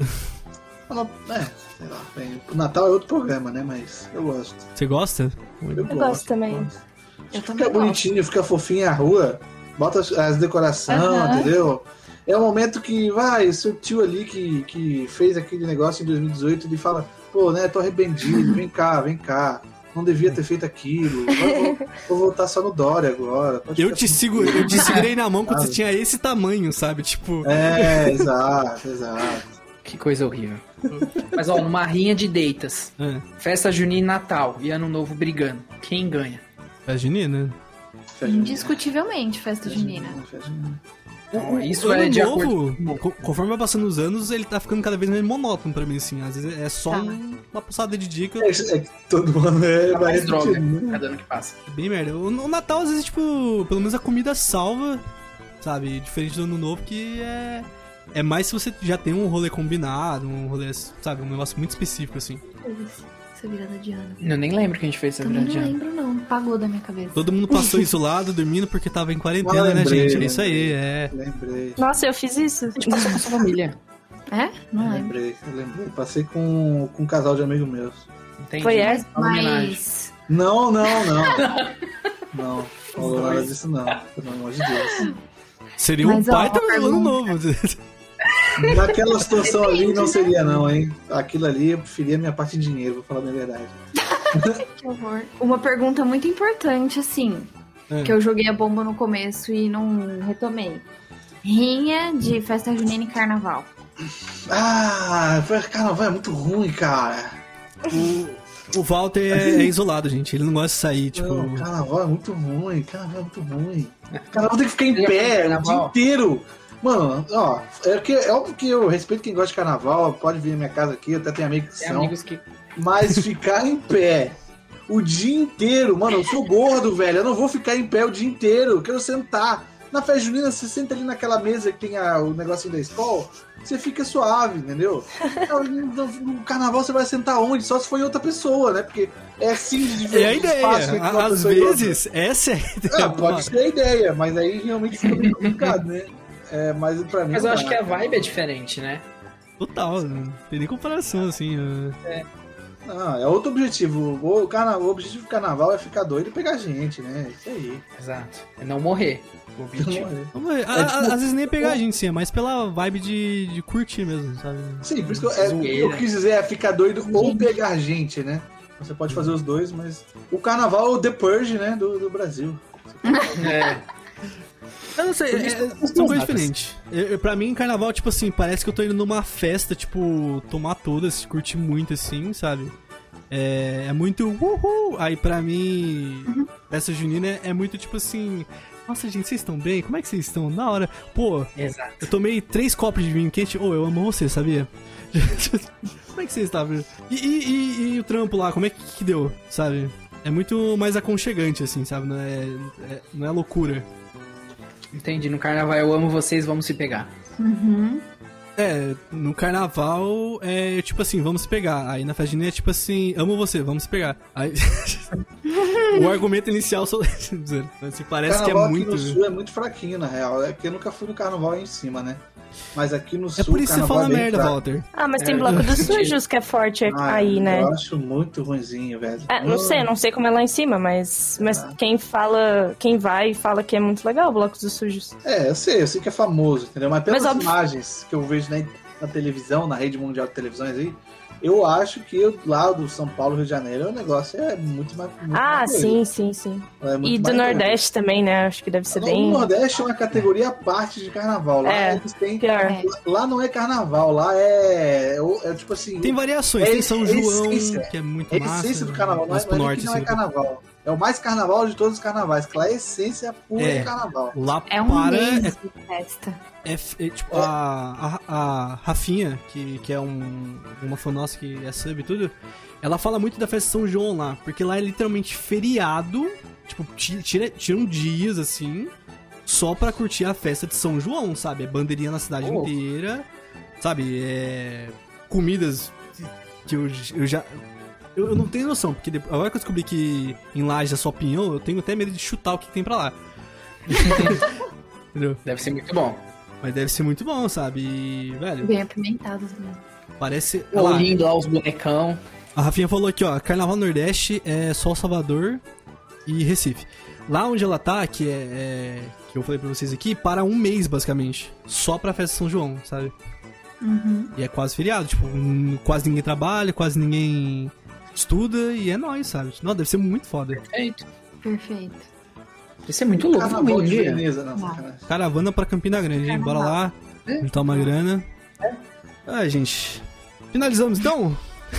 É, sei lá. Bem, o Natal é outro programa, né? Mas eu gosto. Você gosta? Eu, gosto também. gosto. Eu Fica também gosto. bonitinho, fica fofinho a rua, bota as, as decorações, Aham. entendeu? É um momento que, vai, seu tio ali que, que fez aquele negócio em dois mil e dezoito, ele fala, pô, né, tô arrependido, vem cá, vem cá. Não devia ter feito aquilo. Vou, vou- vou voltar só no Dória agora. Pode Eu ficar te, tranquilo. seguro, eu te segurei na mão quando Sabe? você tinha esse tamanho, sabe? Tipo... É, exato, exato. Que coisa horrível. Mas ó, numa rinha de deitas, É, festa junina e Natal e Ano Novo brigando, quem ganha? festa junina. Indiscutivelmente, festa junina. Então, isso O é ano de novo, acordo. co- conforme vai passando os anos, ele tá ficando cada vez mais monótono pra mim, assim. Às vezes é só Tá. um- uma passada de dica, É, é que todo ano é Tá mais droga repetido, né? cada ano que passa. é bem merda. O, o Natal, às vezes, tipo, pelo menos a comida salva, sabe? Diferente do ano novo, que é... É mais se você já tem um rolê combinado, um rolê, sabe? Um negócio muito específico, assim. Essa virada de ano. Eu nem lembro que a gente fez essa Também virada não de ano. lembro, não. Pagou da minha cabeça. Todo mundo passou isolado, dormindo, porque tava em quarentena, Ah, né, lembrei, gente? É isso aí, lembrei. é... Lembrei. Nossa, eu fiz isso. A gente passou com a sua família. É? Não lembro. Lembrei, eu lembrei. Passei com, com um casal de amigos meus. Entendi. Foi essa? Uma homenagem. Mas... Não, não, não. Não, falou nada disso não, pelo amor de Deus. Seria um Mas, ó, baita uma ano pergunta. novo. Naquela situação ali não seria não, hein? Aquilo ali eu preferia minha parte de dinheiro, vou falar a minha verdade. Que horror. Uma pergunta muito importante, assim, É. que eu joguei a bomba no começo e não retomei. Rinha de festa junina e carnaval. Ah, carnaval é muito ruim, cara. O, o Walter é, é isolado, gente. Ele não gosta de sair, tipo... Não, carnaval é muito ruim, carnaval é muito ruim. Carnaval tem que ficar em pé o dia inteiro. Mano, ó, é, que, é óbvio que eu respeito quem gosta de carnaval, pode vir na minha casa aqui, eu até tenho amigos que Tem são. amigos que... Mas ficar em pé o dia inteiro, mano, eu sou gordo, velho, eu não vou ficar em pé o dia inteiro, eu quero sentar. Na festa junina, você senta ali naquela mesa que tem a, o negocinho da escola, você fica suave, entendeu? No, no carnaval você vai sentar onde? Só se for em outra pessoa, né? Porque é assim de É a ideia. Às vezes, essa é a ideia. Ah, pode ser a ideia, mas aí realmente fica bem complicado, né? É, mas pra mim. Mas eu acho que a vibe é diferente, né? Total, não tem nem comparação, assim. É. Não, é outro objetivo. O, carna... o objetivo do carnaval é ficar doido e pegar gente, né? Isso aí. Exato. É não morrer. O objetivo. Não morrer. A, a, às vezes nem é pegar a gente, sim, é mais pela vibe de, de curtir mesmo, sabe? Sim, por isso que eu, é, o que eu quis dizer é ficar doido ou pegar gente, né? Você pode fazer os dois, mas o carnaval é o The Purge, né? Do, do Brasil. É. Eu não sei, é, é, são coisas diferentes. Eu, eu, pra mim, carnaval, tipo assim, parece que eu tô indo numa festa, tipo, tomar todas, curtir muito, assim, sabe? É, é muito uhul. Aí pra mim, uhum. Festa junina é, é muito tipo assim... Nossa, gente, vocês estão bem? Como é que vocês estão? Na hora... Pô, exato. Eu tomei três copos de vinho quente. Ô, oh, eu amo você, sabia? Como é que vocês estavam? E, e, e, e o trampo lá, como é que, que deu, sabe? É muito mais aconchegante, assim, sabe? Não é, é, não é loucura. Entendi. No carnaval eu amo vocês, vamos se pegar. Uhum. É, no carnaval é tipo assim, vamos se pegar. Aí na festa junina é tipo assim, amo você, vamos se pegar. Aí... o argumento inicial só assim, parece carnaval que é muito... aqui no sul é muito fraquinho, na real. É porque eu nunca fui no carnaval aí em cima, né? Mas aqui no sul... É por isso que você fala é merda, fraco. Walter. Ah, mas tem É. bloco dos sujos que é forte Ah, aí, né? Eu acho muito ruinzinho, velho. É, não sei, não sei como é lá em cima, mas, mas Ah. quem fala, quem vai fala que é muito legal o bloco dos sujos. É, eu sei, eu sei que é famoso, entendeu? Mas pelas Mas, óbvio- imagens que eu vejo na, na televisão, na rede mundial de televisões aí, eu acho que eu, lá do São Paulo, Rio de Janeiro, o negócio é muito mais... Muito Ah, mais sim, doido. sim, sim. É muito E do mais doido. Nordeste também, né? Acho que deve ser Não, bem... O Nordeste é uma categoria à parte de carnaval. Lá É, eles têm... pior. É. Lá não é carnaval, lá é, é, é tipo assim... Tem variações, É tem São a João, essência. que é muito É a massa. essência do carnaval, não é, mais pro não é norte, que não é assim. carnaval. É o mais carnaval de todos os carnavais, que lá é a essência pura É. do carnaval. Lá É um para... mês É, de festa. é, é, tipo, a, a, a Rafinha, que, que é um, uma fã nossa que é sub e tudo, ela fala muito da festa de São João lá, porque lá é literalmente feriado, tipo, ti- tira, tiram dias, assim, só pra curtir a festa de São João, sabe? É bandeirinha na cidade Oh. inteira, sabe? É comidas que eu, eu já... Eu, eu não tenho noção, porque depois, agora que eu descobri que em Laje é só pinhão, eu tenho até medo de chutar o que tem pra lá. Entendeu? Deve ser muito bom. Mas deve ser muito bom, sabe? E, velho, Bem apimentado também. parece... Olha lá, Lindo lá, os bonecão. a Rafinha falou aqui, ó, Carnaval Nordeste é só Salvador e Recife. Lá onde ela tá, que é, é- que eu falei pra vocês aqui, para um mês, basicamente. Só pra festa de São João, sabe? Uhum. E é quase feriado, tipo, n- quase ninguém trabalha, quase ninguém estuda, e é nóis, sabe? Não, deve ser muito foda. Perfeito. Perfeito. Deve ser muito louco. Carnaval Carnaval de dia. Veneza, não, Não. sacanagem. Caravana pra Campina Grande, hein? Bora lá, É. juntar uma grana. Ah, gente, finalizamos então?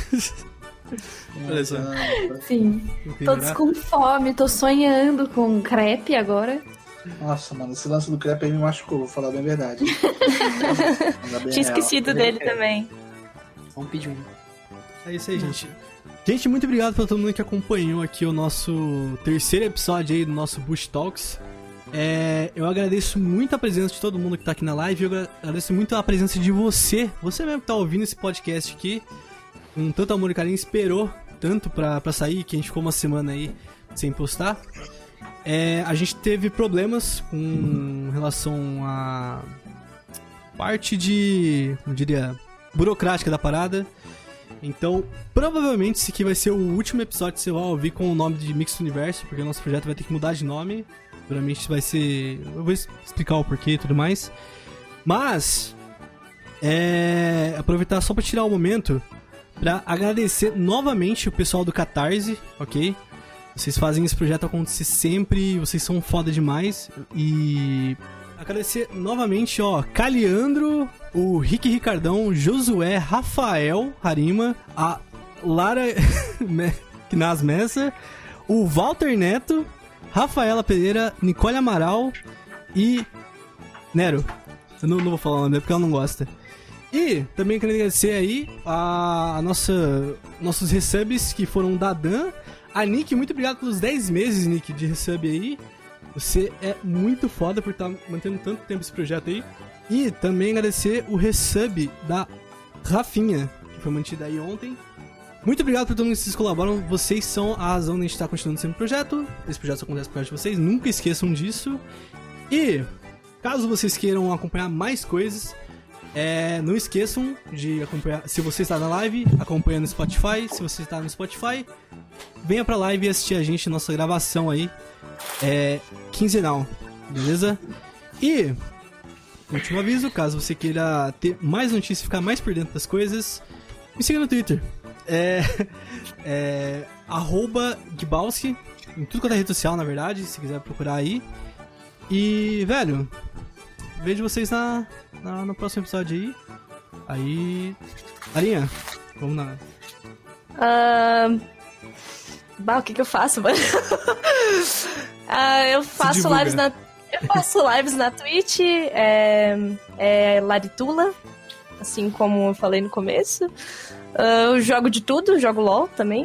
Olha só. Sim. Todos com fome, tô sonhando com crepe agora. Nossa, mano, esse lance do crepe aí me machucou, vou falar bem a verdade. Mas é bem Tinha real. esquecido dele também. Vamos pedir um. É isso aí, gente. Gente, muito obrigado pra todo mundo que acompanhou aqui o nosso terceiro episódio aí do nosso Bush Talks. É, eu agradeço muito a presença de todo mundo que tá aqui na live. Eu agra- agradeço muito a presença de você. Você mesmo que tá ouvindo esse podcast aqui. Com tanto amor e carinho, esperou tanto pra, pra sair, que a gente ficou uma semana aí sem postar. É, a gente teve problemas com relação à parte de, eu diria, burocrática da parada. Então, provavelmente esse aqui vai ser o último episódio que você vai ouvir com o nome de Mixed Universo, porque o nosso projeto vai ter que mudar de nome. Provavelmente vai ser... Eu vou explicar o porquê e tudo mais. Mas, é... aproveitar só pra tirar o momento pra agradecer novamente o pessoal do Catarse, ok? Vocês fazem esse projeto acontecer sempre, vocês são foda demais. E agradecer novamente, ó, Caliandro, o Rick Ricardão, Josué, Rafael Harima, a Lara Knaz Messa, o Walter Neto, Rafaela Pereira, Nicole Amaral e Nero. Eu não, não vou falar o nome, porque ela não gosta. E também quero agradecer aí a, a nossa, nossos resubs que foram da Dan. A Nick, muito obrigado pelos dez meses, Nick, de resub aí. Você é muito foda por estar mantendo tanto tempo esse projeto aí. E também agradecer o resub da Rafinha, que foi mantida aí ontem. Muito obrigado por todo mundo que vocês colaboram. Vocês são a razão de a gente estar continuando sempre o projeto. Esse projeto só acontece por causa de vocês. Nunca esqueçam disso. E caso vocês queiram acompanhar mais coisas, é, não esqueçam de acompanhar. Se você está na live, acompanha no Spotify. Se você está no Spotify, venha pra live e assistir a gente, nossa gravação aí. É quinzenal, beleza? E último aviso, caso você queira ter mais notícias e ficar mais por dentro das coisas, me siga no Twitter. É, é arroba Gibalski, em tudo quanto é rede social, na verdade, se quiser procurar aí. E, velho, vejo vocês na, na, no próximo episódio aí. Aí, Arinha, vamos na... Uh... Bah, o que que eu faço, mano? uh, eu faço lives na... Eu faço lives na Twitch, é, é Laritula, assim como eu falei no começo. Uh, eu jogo de tudo, jogo LOL também.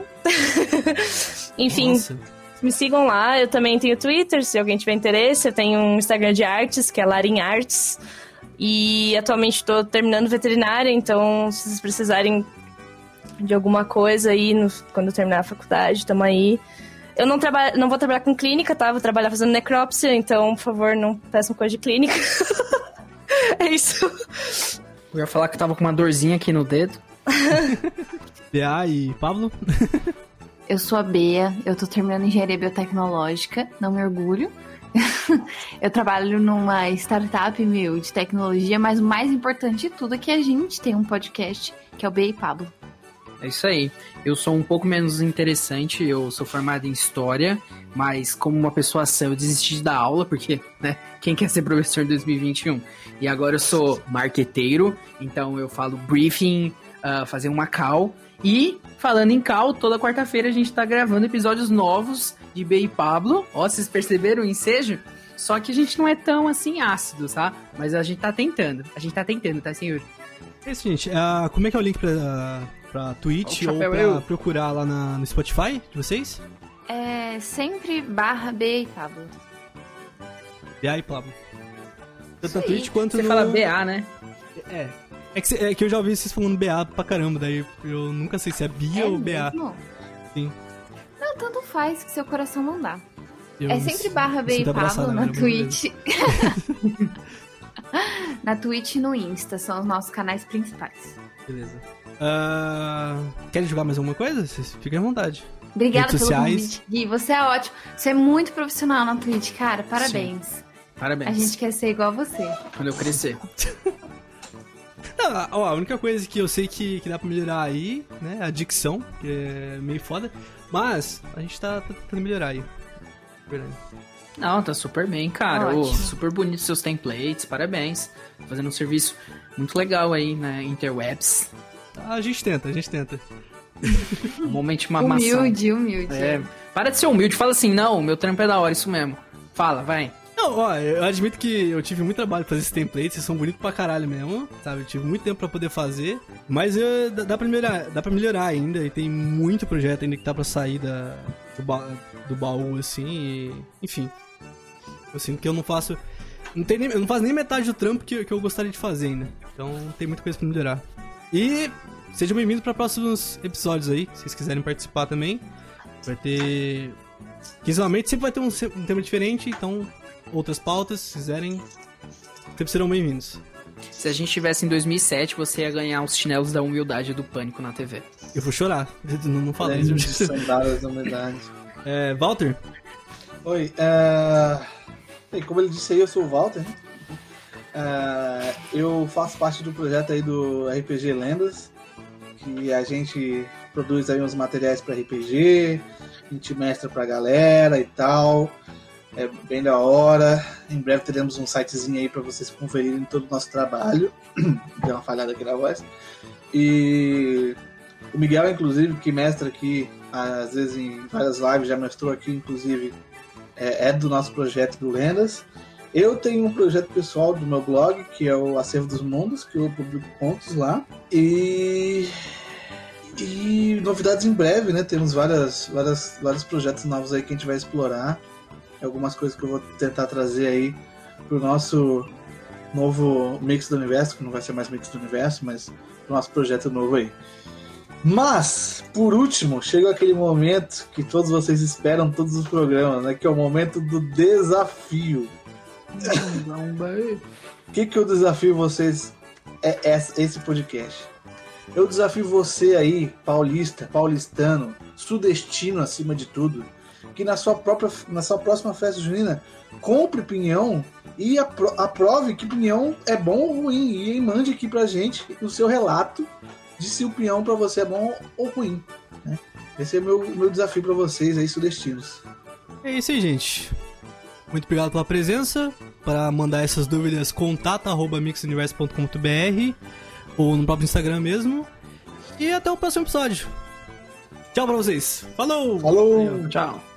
Enfim, Nossa. Me sigam lá. Eu também tenho Twitter, se alguém tiver interesse. Eu tenho um Instagram de artes, que é Larin Arts. E atualmente estou terminando veterinária, então se vocês precisarem de alguma coisa aí, no, quando eu terminar a faculdade, tamo aí. Eu não, traba- não vou trabalhar com clínica, tá? Vou trabalhar fazendo necrópsia, então, por favor, não peçam coisa de clínica. É isso. Eu ia falar que eu tava com uma dorzinha aqui no dedo. Bea e Pablo? Eu sou a Bea, eu tô terminando engenharia biotecnológica, não me orgulho. Eu trabalho numa startup, meu, de tecnologia, mas o mais importante de tudo é que a gente tem um podcast, que é o Bea e Pablo. É isso aí. Eu sou um pouco menos interessante, eu sou formado em História, mas como uma pessoa sã, eu desisti de dar aula, porque, né, quem quer ser professor em dois mil e vinte e um? E agora eu sou marqueteiro, então eu falo briefing, uh, fazer uma call. E, falando em call, toda quarta-feira a gente tá gravando episódios novos de Bea e Pablo. Ó, vocês perceberam o ensejo? Só que a gente não é tão, assim, ácido, tá? Mas a gente tá tentando. A gente tá tentando, tá, senhor? É isso, gente. Uh, como é que é o link pra... Uh... pra Twitch ou pra eu. procurar lá na, no Spotify de vocês? É sempre barra Bea e Pablo. Bea e Pablo. Tanto na Twitch quanto Você no... fala B A, né? É. É que, é que eu já ouvi vocês falando B A pra caramba, daí eu nunca sei se é Bia é ou B A. Mesmo? Sim. Não, tanto faz que seu coração não dá. Eu é sempre barra Bea e Pablo na Twitch. Na Twitch e no Insta, são os nossos canais principais. Beleza. Uh, querem jogar mais alguma coisa? Vocês fiquem à vontade. Obrigada pelo convite, Gui. Você é ótimo. Você é muito profissional na Twitch, cara. Parabéns. Sim. Parabéns. A gente quer ser igual a você. Quando eu crescer. Não, ó, a única coisa que eu sei que, que dá pra melhorar aí, né, é a dicção, que é meio foda. Mas a gente tá, tá tentando melhorar aí. Verdade. Não, tá super bem, cara. Oh, super bonito seus templates. Parabéns. Fazendo um serviço muito legal aí na Interwebs. A gente tenta, a gente tenta. Um momento de mamação. Humilde, humilde. É, para de ser humilde, fala assim, não, meu trampo é da hora, isso mesmo. Fala, vai. Não, ó, eu admito que eu tive muito trabalho pra fazer esses templates, eles são bonitos pra caralho mesmo, sabe? Eu tive muito tempo pra poder fazer, mas eu, dá, dá, pra melhorar, dá pra melhorar ainda, e tem muito projeto ainda que tá pra sair da, do, ba, do baú, assim, e, enfim. Eu sinto que eu não faço... Não tem nem, eu não faço nem metade do trampo que, que eu gostaria de fazer ainda, então tem muita coisa pra melhorar. E sejam bem-vindos para próximos episódios aí, se vocês quiserem participar também. Vai ter... Quinzenalmente sempre vai ter um, um tema diferente, então outras pautas, se quiserem, sempre serão bem-vindos. Se a gente tivesse em dois mil e sete, você ia ganhar os chinelos da humildade do Pânico na T V. Eu vou chorar, não, não falei. É, sandálias da humildade. É, Walter? Oi, é... Bem, como ele disse aí, eu sou o Walter, né? Uh, eu faço parte do projeto aí do R P G Lendas, que a gente produz aí uns materiais para R P G, a gente mestra pra galera e tal, é bem da hora. Em breve teremos um sitezinho aí para vocês conferirem todo o nosso trabalho. Deu uma falhada aqui na voz. E O Miguel, inclusive, que mestra aqui, às vezes em várias lives, já mestrou aqui, inclusive, é, é do nosso projeto do Lendas. Eu tenho um projeto pessoal do meu blog, que é o Acervo dos Mundos, que eu publico contos lá. E... E novidades em breve, né? Temos várias, várias, vários projetos novos aí que a gente vai explorar. Algumas coisas que eu vou tentar trazer aí pro nosso novo Mix do Universo, que não vai ser mais Mix do Universo, mas pro nosso projeto novo aí. Mas, por último, chega aquele momento que todos vocês esperam todos os programas, né? Que é o momento do desafio. O que que eu desafio vocês é esse podcast? Eu desafio você aí, paulista, paulistano, sudestino acima de tudo, que na sua própria, na sua próxima festa junina, compre pinhão e apro- aprove que pinhão é bom ou ruim. E aí mande aqui pra gente o seu relato de se o pinhão pra você é bom ou ruim, né? Esse é o meu, meu desafio pra vocês aí, sudestinos. É isso aí, gente. Muito obrigado pela presença. Para mandar essas dúvidas, contato arroba mixuniverso ponto com ponto b r ou no próprio Instagram mesmo. E até o próximo episódio. Tchau pra vocês. Falou! Falou! Tchau.